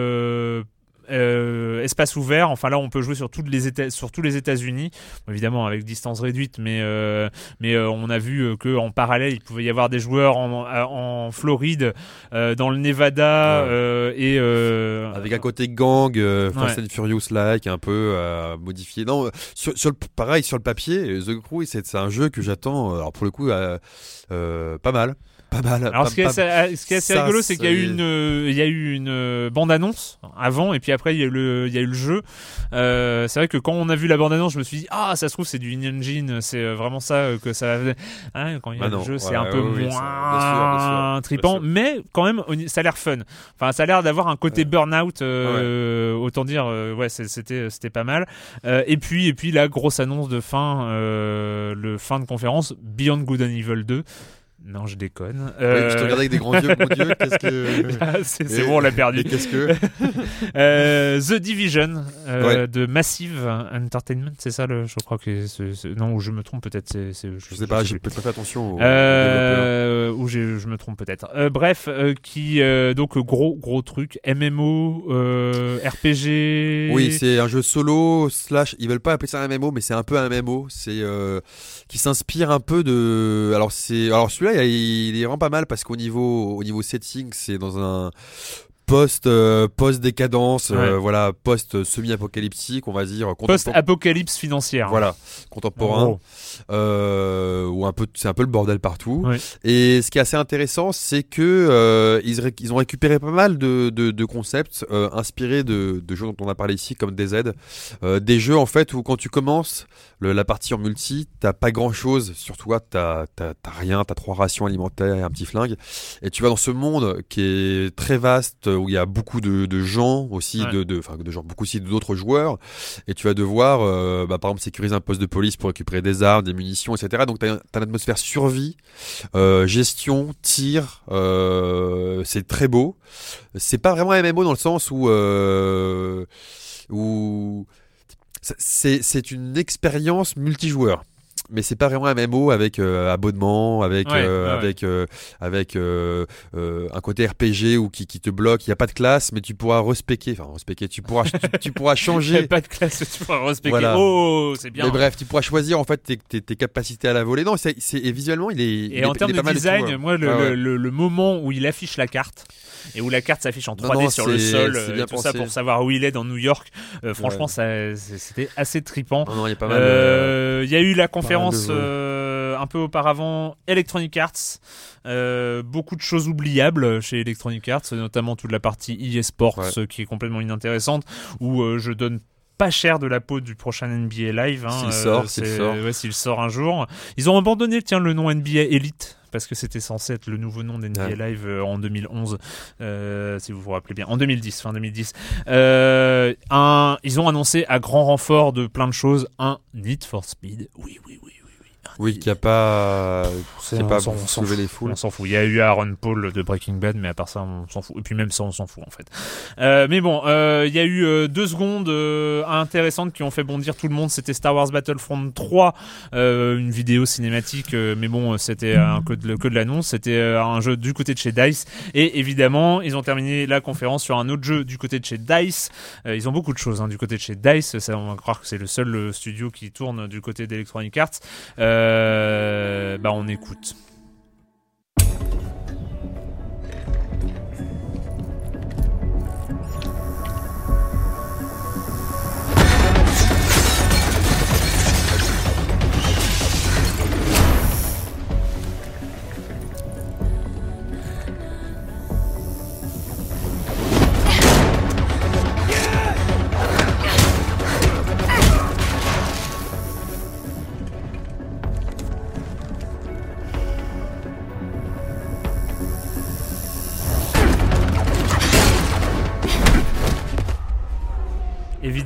espace ouvert. Enfin là, on peut jouer sur tous les États-Unis, évidemment avec distance réduite, mais on a vu que en parallèle, il pouvait y avoir des joueurs en Floride, dans le Nevada, et avec un côté gang, Fast and Furious-like, un peu modifié. Non, pareil sur le papier, The Crew, c'est un jeu que j'attends. Alors pour le coup, pas mal. Alors ce qui est assez rigolo, c'est qu'il y a eu une bande-annonce avant, et puis après il y a eu le jeu. C'est vrai que quand on a vu la bande-annonce, je me suis dit ça se trouve c'est du In-Engine, c'est vraiment ça que ça. Quand il y a le jeu, c'est un peu moins trippant, mais quand même ça a l'air fun. Enfin, ça a l'air d'avoir un côté burn-out. Autant dire, c'était pas mal. Et puis la grosse annonce de fin, le fin de conférence, Beyond Good and Evil 2. Non, je déconne. Je te regardais avec des grands yeux, mon Dieu, qu'est-ce que... c'est bon, on l'a perdu. Qu'est-ce que... The Division, de Massive Entertainment, c'est ça, je crois que non, ou je me trompe peut-être. Je sais pas, j'ai peut-être pas fait attention ou je me trompe peut-être. Bref, donc gros truc, MMO, RPG... Oui, c'est un jeu solo, / ils veulent pas appeler ça un MMO, mais c'est un peu un MMO, c'est... qui s'inspire un peu de... Alors celui-là, il est vraiment pas mal parce qu'au niveau setting, c'est dans un post-décadence, post semi-apocalyptique, on va dire. Post-apocalypse financière. Voilà, contemporain. Où c'est un peu le bordel partout. Oui. Et ce qui est assez intéressant, c'est que ils ont récupéré pas mal de concepts inspirés de jeux dont on a parlé ici, comme DayZ. Des jeux en fait où quand tu commences la partie en multi, t'as pas grand chose sur toi, t'as rien, t'as 3 rations alimentaires et un petit flingue, et tu vas dans ce monde qui est très vaste, où il y a beaucoup de gens aussi, beaucoup aussi d'autres joueurs, et tu vas devoir par exemple sécuriser un poste de police pour récupérer des armes, des munitions, etc. Donc t'as une atmosphère survie, gestion, tir, c'est très beau. C'est pas vraiment un MMO dans le sens où c'est une expérience multijoueur. Mais c'est pas vraiment un MMO avec abonnement, avec un côté RPG où qui te bloque. Il y a pas de classe, mais tu pourras respecter. Tu pourras changer. Il y a pas de classe, tu pourras respecter. Voilà. Oh, c'est bien. Mais bref, tu pourras choisir en fait tes capacités à la volée. Non, et visuellement il est. Et en termes de design, moi le moment où il affiche la carte et où la carte s'affiche en 3D sur le sol, et tout ça pour savoir où il est dans New York. Franchement, c'était assez trippant. Non, il y a pas mal. Il y a eu la conférence un peu auparavant, Electronic Arts, beaucoup de choses oubliables chez Electronic Arts, notamment toute la partie eSports qui est complètement inintéressante, où je donne pas cher de la peau du prochain NBA Live. S'il sort un jour. Ils ont abandonné le nom NBA Elite, parce que c'était censé être le nouveau nom d'NBA Live en 2011, si vous vous rappelez bien, fin 2010. Ils ont annoncé à grand renfort de plein de choses un Need for Speed. Oui, qui a pas soulevé les foules. On s'en fout. Il y a eu Aaron Paul de Breaking Bad, mais à part ça, on s'en fout. Et puis même ça, on s'en fout en fait. Mais bon, il y a eu 2 secondes intéressantes qui ont fait bondir tout le monde. C'était Star Wars Battlefront 3, une vidéo cinématique, mais bon, c'était que de l'annonce. C'était un jeu du côté de chez DICE. Et évidemment, ils ont terminé la conférence sur un autre jeu du côté de chez DICE. Ils ont beaucoup de choses du côté de chez DICE. Ça, on va croire que c'est le seul studio qui tourne du côté d'Electronic Arts. On écoute.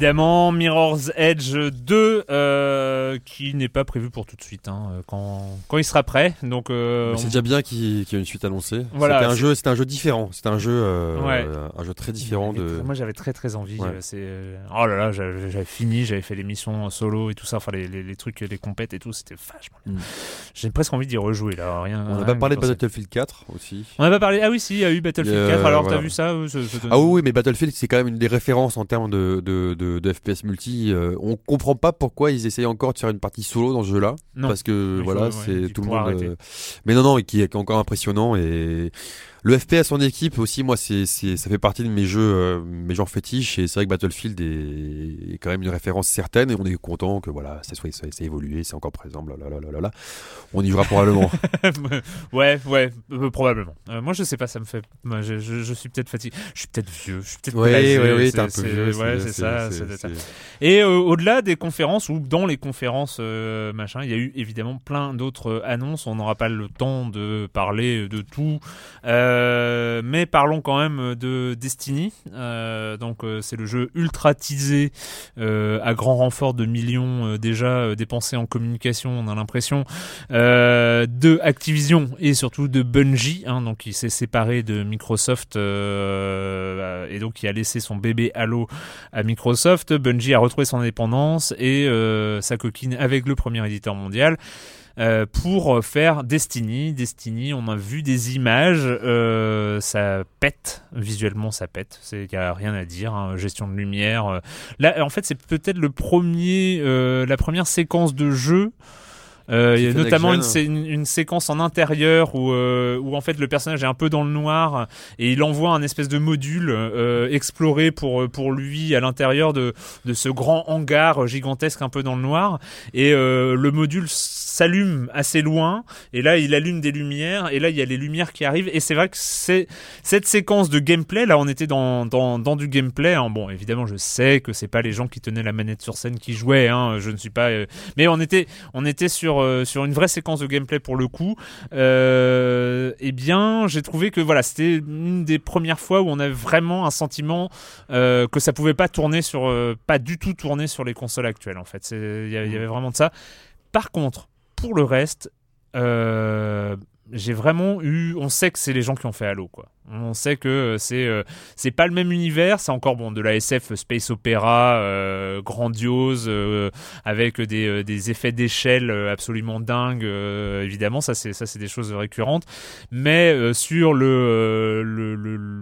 évidemment, Mirror's Edge 2, qui n'est pas prévu pour tout de suite, quand il sera prêt. Donc, mais c'est déjà bien qu'il y ait une suite annoncée. Voilà, c'était un jeu différent. C'était un jeu très différent Moi, j'avais très envie. Ouais. Oh là là, j'avais fini, j'avais fait l'émission solo et tout ça, enfin les trucs, les compètes et tout, c'était vachement bien. J'ai presque envie d'y rejouer là. On n'a pas parlé de Battlefield 4 aussi. On n'a pas parlé. Ah oui, si, il y a eu Battlefield 4. Alors, t'as vu ça Ah oui, mais Battlefield, c'est quand même une des références en termes de FPS multi. On comprend pas pourquoi ils essayent encore de faire une partie solo dans ce jeu-là. Non. Parce que voilà, c'est tout le monde. Mais non, qui est encore impressionnant. Et le FPS en équipe aussi, moi, ça fait partie de mes genres fétiches. Et c'est vrai que Battlefield est quand même une référence certaine. Et on est content que voilà, ça a évolué, c'est encore présent. Blablabla. On y jouera probablement. Ouais, probablement. Moi, je sais pas, ça me fait. Moi, je suis peut-être fatigué. Je suis peut-être vieux. Je suis peut-être blasé. Oui, t'es un peu vieux. Ouais, c'est ça. Et au-delà des conférences ou dans les conférences, il y a eu évidemment plein d'autres annonces. On n'aura pas le temps de parler de tout. Mais parlons quand même de Destiny. Donc c'est le jeu ultra teasé à grand renfort de millions déjà dépensés en communication, on a l'impression, de Activision et surtout de Bungie, donc il s'est séparé de Microsoft et donc il a laissé son bébé Halo à Microsoft. Bungie a retrouvé son indépendance et sa coquine avec le premier éditeur mondial. Pour faire Destiny, on a vu des images, ça pète, visuellement ça pète, il y a rien à dire, gestion de lumière. Là, en fait, c'est peut-être la première séquence de jeu. Il y a notamment une séquence en intérieur où en fait le personnage est un peu dans le noir et il envoie un espèce de module explorer pour lui à l'intérieur de ce grand hangar gigantesque un peu dans le noir, et le module s'allume assez loin et là il allume des lumières et là il y a les lumières qui arrivent, et c'est vrai que c'est cette séquence de gameplay là, on était dans du gameplay, Bon, évidemment je sais que c'est pas les gens qui tenaient la manette sur scène qui jouaient, je ne suis pas mais on était sur une vraie séquence de gameplay pour le coup. Eh bien, j'ai trouvé que voilà, c'était une des premières fois où on avait vraiment un sentiment que ça pouvait pas du tout tourner sur les consoles actuelles. En fait, il y avait vraiment de ça. Par contre, pour le reste, j'ai vraiment on sait que c'est les gens qui ont fait Halo, quoi. On sait que c'est pas le même univers, c'est encore de la SF space opéra grandiose avec des effets d'échelle absolument dingues, évidemment ça c'est des choses récurrentes, mais sur le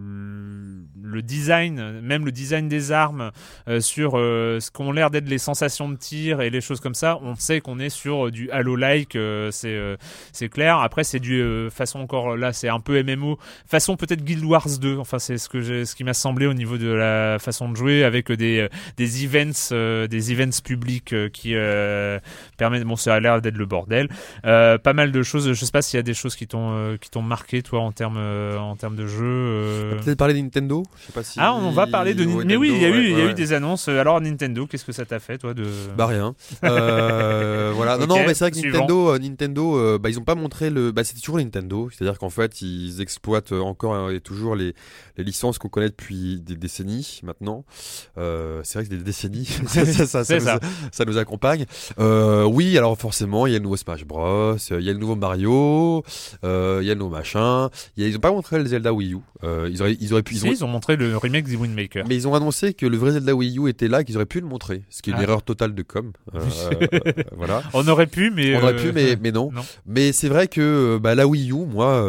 design, même le design des armes, sur ce qu'ont l'air d'être les sensations de tir et les choses comme ça, on sait qu'on est sur du Halo-like, c'est clair. Après c'est du façon encore là, c'est un peu MMO, façon peut-être Guild Wars 2, enfin c'est ce qui m'a semblé au niveau de la façon de jouer, avec des events publics qui permettent, ça a l'air d'être le bordel, pas mal de choses. Je sais pas s'il y a des choses qui t'ont marqué toi en termes de jeu. Peut-être parler de Nintendo, je sais pas si on va parler de Nintendo. Mais oui, il y a eu des annonces. Alors Nintendo, qu'est-ce que ça t'a fait toi de rien. Voilà. Okay, non, mais c'est vrai que Nintendo, ils ont pas montré c'était toujours Nintendo, c'est-à-dire qu'en fait ils exploitent encore et toujours les licences qu'on connaît depuis des décennies maintenant. C'est vrai que c'est des décennies, ça nous accompagne. Oui, alors forcément il y a le nouveau Smash Bros, il y a le nouveau Mario, il y a le nouveau machin. Ils ont pas montré le Zelda Wii U. Ils auraient pu. Ils ont montré le remake du Wind Waker. Mais ils ont annoncé que le vrai Zelda Wii U était là, qu'ils auraient pu le montrer, ce qui est une erreur totale de com. Voilà. On aurait pu, mais non. Mais c'est vrai que la Wii U, moi,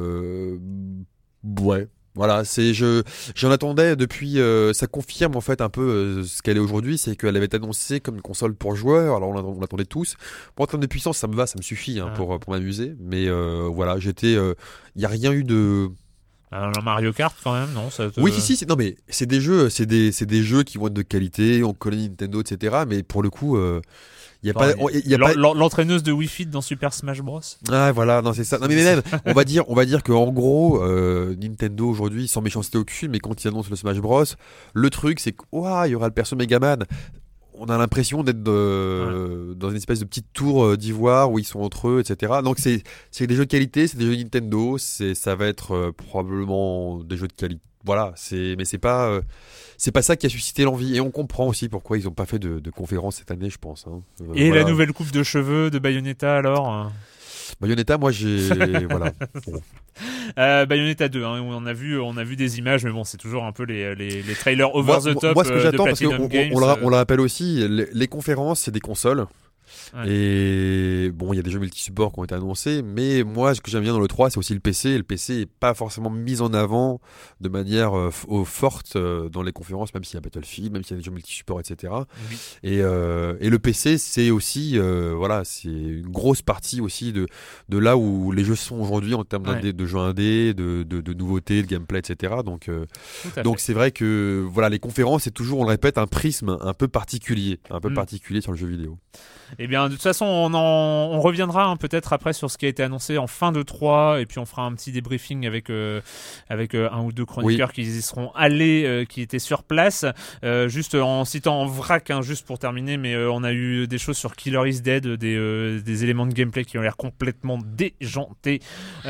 ouais. Voilà, j'en attendais depuis. Ça confirme en fait un peu ce qu'elle est aujourd'hui, c'est qu'elle avait été annoncée comme une console pour joueurs. Alors on l'attendait tous. Pour en termes de puissance, ça me suffit pour m'amuser. Mais voilà, il y a rien eu de. Mario Kart quand même, non Oui, si. Non, mais c'est des jeux, c'est des jeux qui vont être de qualité. On connaît Nintendo, etc. Mais pour le coup. Il y a pas l'entraîneuse de Wii Fit dans Super Smash Bros. Ah voilà, non c'est ça. Non mais même on va dire que en gros Nintendo aujourd'hui, sans méchanceté aucune, mais quand ils annoncent le Smash Bros, le truc c'est que il y aura le perso Megaman. On a l'impression d'être dans une espèce de petite tour d'ivoire où ils sont entre eux, etc. Donc c'est des jeux de qualité, c'est des jeux Nintendo, ça va être probablement des jeux de qualité. voilà, mais c'est pas ça qui a suscité l'envie. Et on comprend aussi pourquoi ils n'ont pas fait de conférence cette année, je pense. Hein. Et voilà. la nouvelle coupe de cheveux de Bayonetta alors Bayonetta, moi j'ai voilà. Bon. Bayonetta 2, hein, on a vu des images, mais bon, c'est toujours un peu les trailers over the top. Moi, ce que j'attends, de parce Platinum Games, on le rappelle aussi, les conférences, c'est des consoles. Ouais. Et bon, il y a des jeux multi-supports qui ont été annoncés, mais moi, ce que j'aime bien dans le 3, c'est aussi le PC. Et le PC n'est pas forcément mis en avant de manière forte dans les conférences, même s'il y a Battlefield, même s'il y a des jeux multi-supports, etc. Oui. Et le PC, c'est aussi, voilà, c'est une grosse partie aussi de là où les jeux sont aujourd'hui en termes de jeux indés, de nouveautés, de gameplay, etc. Donc c'est vrai que voilà, les conférences, c'est toujours, on le répète, un prisme un peu particulier sur le jeu vidéo. Eh bien, de toute façon, on reviendra peut-être après sur ce qui a été annoncé en fin de 3, et puis on fera un petit débriefing avec un ou deux chroniqueurs qui y seront allés, qui étaient sur place. Juste en citant en vrac, juste pour terminer, mais on a eu des choses sur Killer is Dead, des éléments de gameplay qui ont l'air complètement déjantés.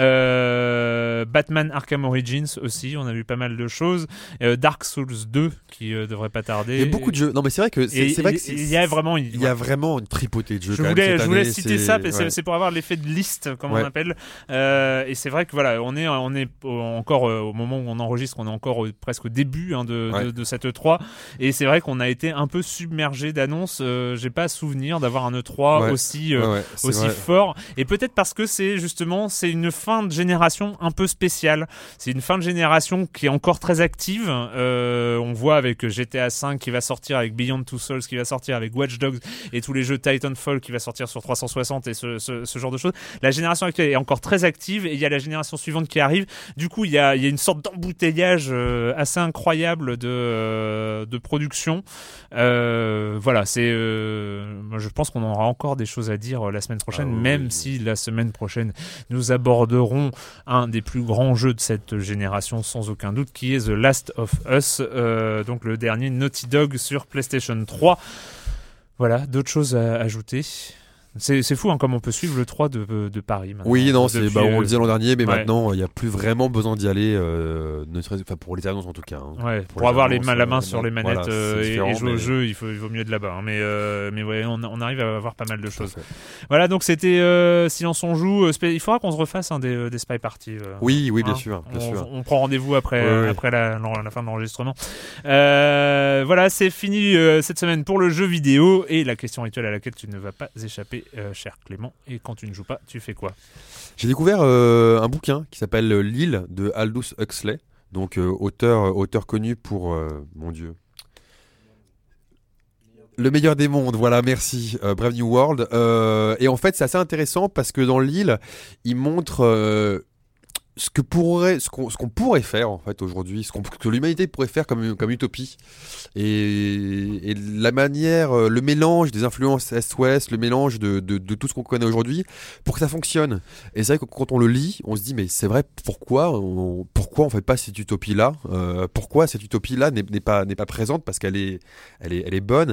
Batman Arkham Origins aussi, on a vu pas mal de choses. Dark Souls 2 qui devrait pas tarder. Il y a beaucoup de jeux. Non, mais c'est vrai que il y a vraiment une tripotée de jeux. Je voulais citer ça, c'est pour avoir l'effet de liste, comme on appelle. Et c'est vrai que voilà, on est encore au moment où on enregistre, on est encore presque au début de cette E3. Et c'est vrai qu'on a été un peu submergé d'annonces. J'ai pas souvenir d'avoir un E3 aussi fort. Et peut-être parce que c'est une fin de génération un peu spéciale. C'est une fin de génération qui est encore très active. On voit avec GTA 5 qui va sortir, avec Beyond Two Souls qui va sortir, avec Watch Dogs et tous les jeux Titanfall qui va sortir sur 360 et ce genre de choses. La génération actuelle est encore très active et il y a la génération suivante qui arrive. Du coup, il y a une sorte d'embouteillage assez incroyable de production. Voilà, je pense qu'on aura encore des choses à dire la semaine prochaine, même si la semaine prochaine nous aborderons un des plus grands jeux de cette génération sans aucun doute, qui est The Last of Us, donc le dernier Naughty Dog sur PlayStation 3. Voilà, d'autres choses à ajouter. C'est fou comme on peut suivre le 3 de Paris maintenant. Oui, non, on le disait l'an dernier, mais maintenant il n'y a plus vraiment besoin d'y aller, pour les annonces en tout cas. Pour avoir la main sur les manettes et jouer au jeu, il vaut mieux de là-bas. Mais ouais, on arrive à avoir pas mal de choses. Voilà, donc c'était Silence on joue. Il faudra qu'on se refasse des Spy Party. Oui, bien sûr. On prend rendez-vous après la fin de l'enregistrement. Voilà, c'est fini cette semaine pour le jeu vidéo et la question rituelle à laquelle tu ne vas pas échapper. Cher Clément, et quand tu ne joues pas, tu fais quoi? J'ai découvert un bouquin qui s'appelle L'île de Aldous Huxley, donc auteur connu pour mon Dieu, Le meilleur des mondes, voilà, merci, Brave New World. Et en fait, c'est assez intéressant parce que dans L'île, il montre ce qu'on pourrait faire en fait aujourd'hui, ce que l'humanité pourrait faire comme utopie, et la manière, le mélange des influences Est-Ouest, le mélange de tout ce qu'on connaît aujourd'hui pour que ça fonctionne. Et c'est vrai que quand on le lit, on se dit mais c'est vrai, pourquoi on fait pas cette utopie là, pourquoi cette utopie là n'est pas présente, parce qu'elle est bonne.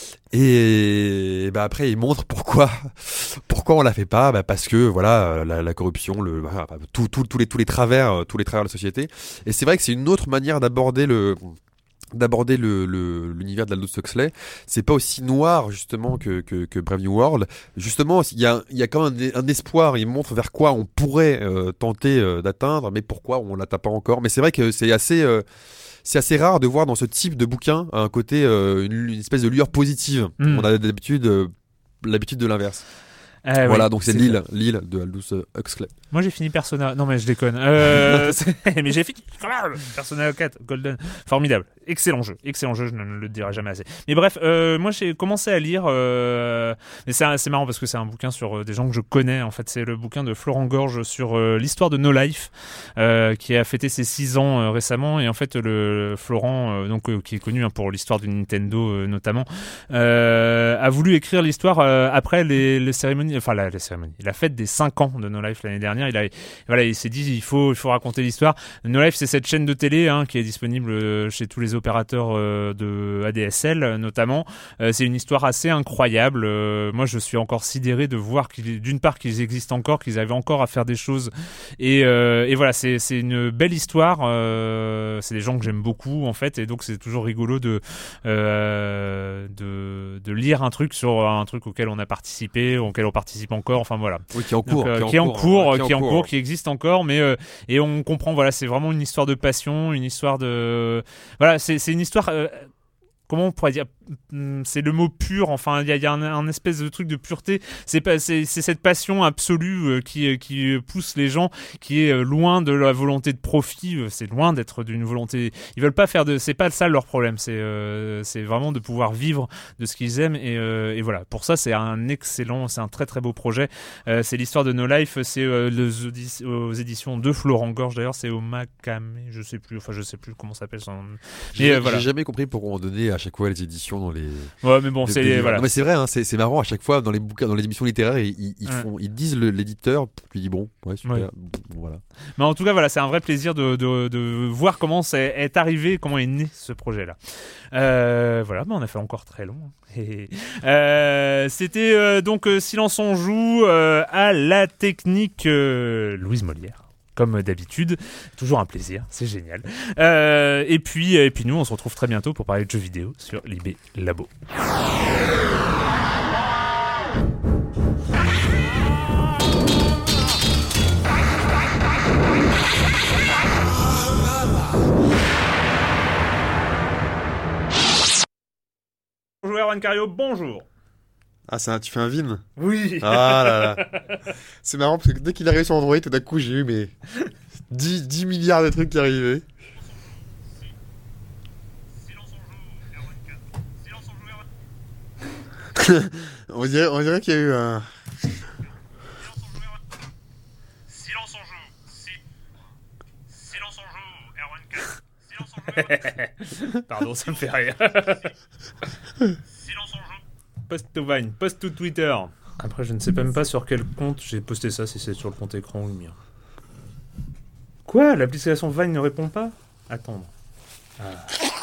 Et après il montre pourquoi on la fait pas, parce que voilà, la corruption, tous les travers de la société. Et c'est vrai que c'est une autre manière d'aborder l'univers d'Aldous Huxley. C'est pas aussi noir justement que Brave New World. Justement, il y a quand même un espoir. Il montre vers quoi on pourrait tenter d'atteindre, mais pourquoi on l'atteint pas encore. Mais c'est vrai que c'est assez rare de voir dans ce type de bouquin un côté, une espèce de lueur positive. On a d'habitude l'habitude de l'inverse. Voilà, donc c'est l'île de Aldous Huxley. Moi j'ai fini Persona. Non mais je déconne. Mais j'ai fini quand même Persona 4 Golden. Formidable. Excellent jeu, je ne le dirai jamais assez. Mais bref, moi j'ai commencé à lire, mais c'est marrant parce que c'est un bouquin sur des gens que je connais. En fait, c'est le bouquin de Florent Gorge sur l'histoire de No Life, qui a fêté ses 6 ans récemment. Et en fait, le Florent, qui est connu pour l'histoire du Nintendo notamment, a voulu écrire l'histoire après les cérémonies, enfin la fête des 5 ans de No Life l'année dernière. Il s'est dit il faut raconter l'histoire. No Life, c'est cette chaîne de télé qui est disponible chez tous les opérateurs de ADSL notamment. C'est une histoire assez incroyable. Moi, je suis encore sidéré de voir d'une part qu'ils existent encore, qu'ils avaient encore à faire des choses. Et voilà, c'est une belle histoire. C'est des gens que j'aime beaucoup en fait, et donc c'est toujours rigolo de lire un truc sur un truc auquel on a participé, auquel on participe encore. Enfin voilà. Oui, qui est en cours, qui existe encore, mais et on comprend. Voilà, c'est vraiment une histoire de passion, une histoire de voilà, c'est une histoire. Comment on pourrait dire, c'est le mot pur, enfin il y a un espèce de truc de pureté, c'est cette passion absolue qui pousse les gens, qui est loin de la volonté de profit, c'est loin d'être d'une volonté, ils veulent pas faire c'est pas ça leur problème, c'est vraiment de pouvoir vivre de ce qu'ils aiment, et voilà, pour ça c'est un très très beau projet. C'est l'histoire de No Life, c'est aux éditions de Florent Gorge, d'ailleurs c'est au Macamé, je sais plus comment ça s'appelle son... J'ai jamais compris pourquoi on donnait à chaque fois les éditions dans les... Ouais, mais bon, voilà. Non, mais c'est vrai, c'est marrant, à chaque fois dans les bouquins, dans les émissions littéraires, ils disent l'éditeur, puis il dit bon, ouais, super, ouais. Bon, voilà. Mais en tout cas, voilà, c'est un vrai plaisir de voir comment est arrivé, comment est né ce projet-là. Voilà, mais on a fait encore très long. C'était donc Silence on joue à la technique Louise Molière. Comme d'habitude, toujours un plaisir, c'est génial. Et puis nous, on se retrouve très bientôt pour parler de jeux vidéo sur Libé Labo. Bonjour Erwan Cario, bonjour. Ah, tu fais un Vim? Oui. Ah là là. C'est marrant parce que dès qu'il arrive sur Android, tout d'un coup, j'ai eu 10 milliards de trucs qui arrivaient. On dirait qu'il y a eu un... Silence en joue. Silence en joue, Erwan 4. Silence en joue. Pardon, ça me fait rire. Silence en joue. Post to Vine, post to Twitter. Après, je ne sais même pas sur quel compte j'ai posté ça, si c'est sur le compte écran ou le mien. Quoi? L'application Vine ne répond pas? Attendre. Ah.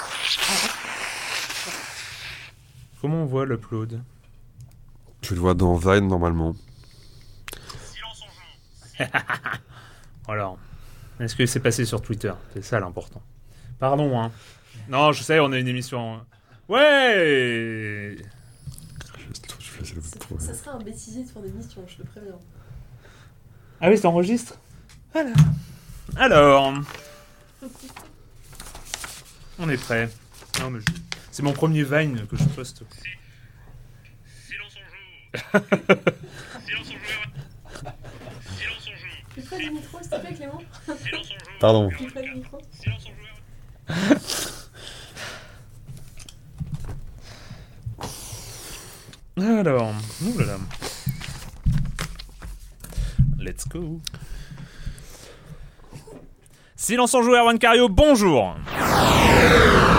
Comment on voit l'upload? Tu le vois dans Vine normalement. Silence en joue. Alors, est-ce que c'est passé sur Twitter? C'est ça l'important. Pardon, hein. Non, je sais, on a une émission. Ouais. Ça sera un bêtisier de fin d'émission, je le préviens. Ah oui, ça enregistre? Voilà. Alors, on est prêt. Non, mais c'est mon premier Vine que je poste. Silence en joue. Silence en joue. Silence en joue. Tu prends le micro, s'il te plaît, Clément? Silence en joue. Pardon. Tu prends le micro? Silence en joue. Alors, oulala. Let's go. Silence en joue, Erwan Cario, bonjour.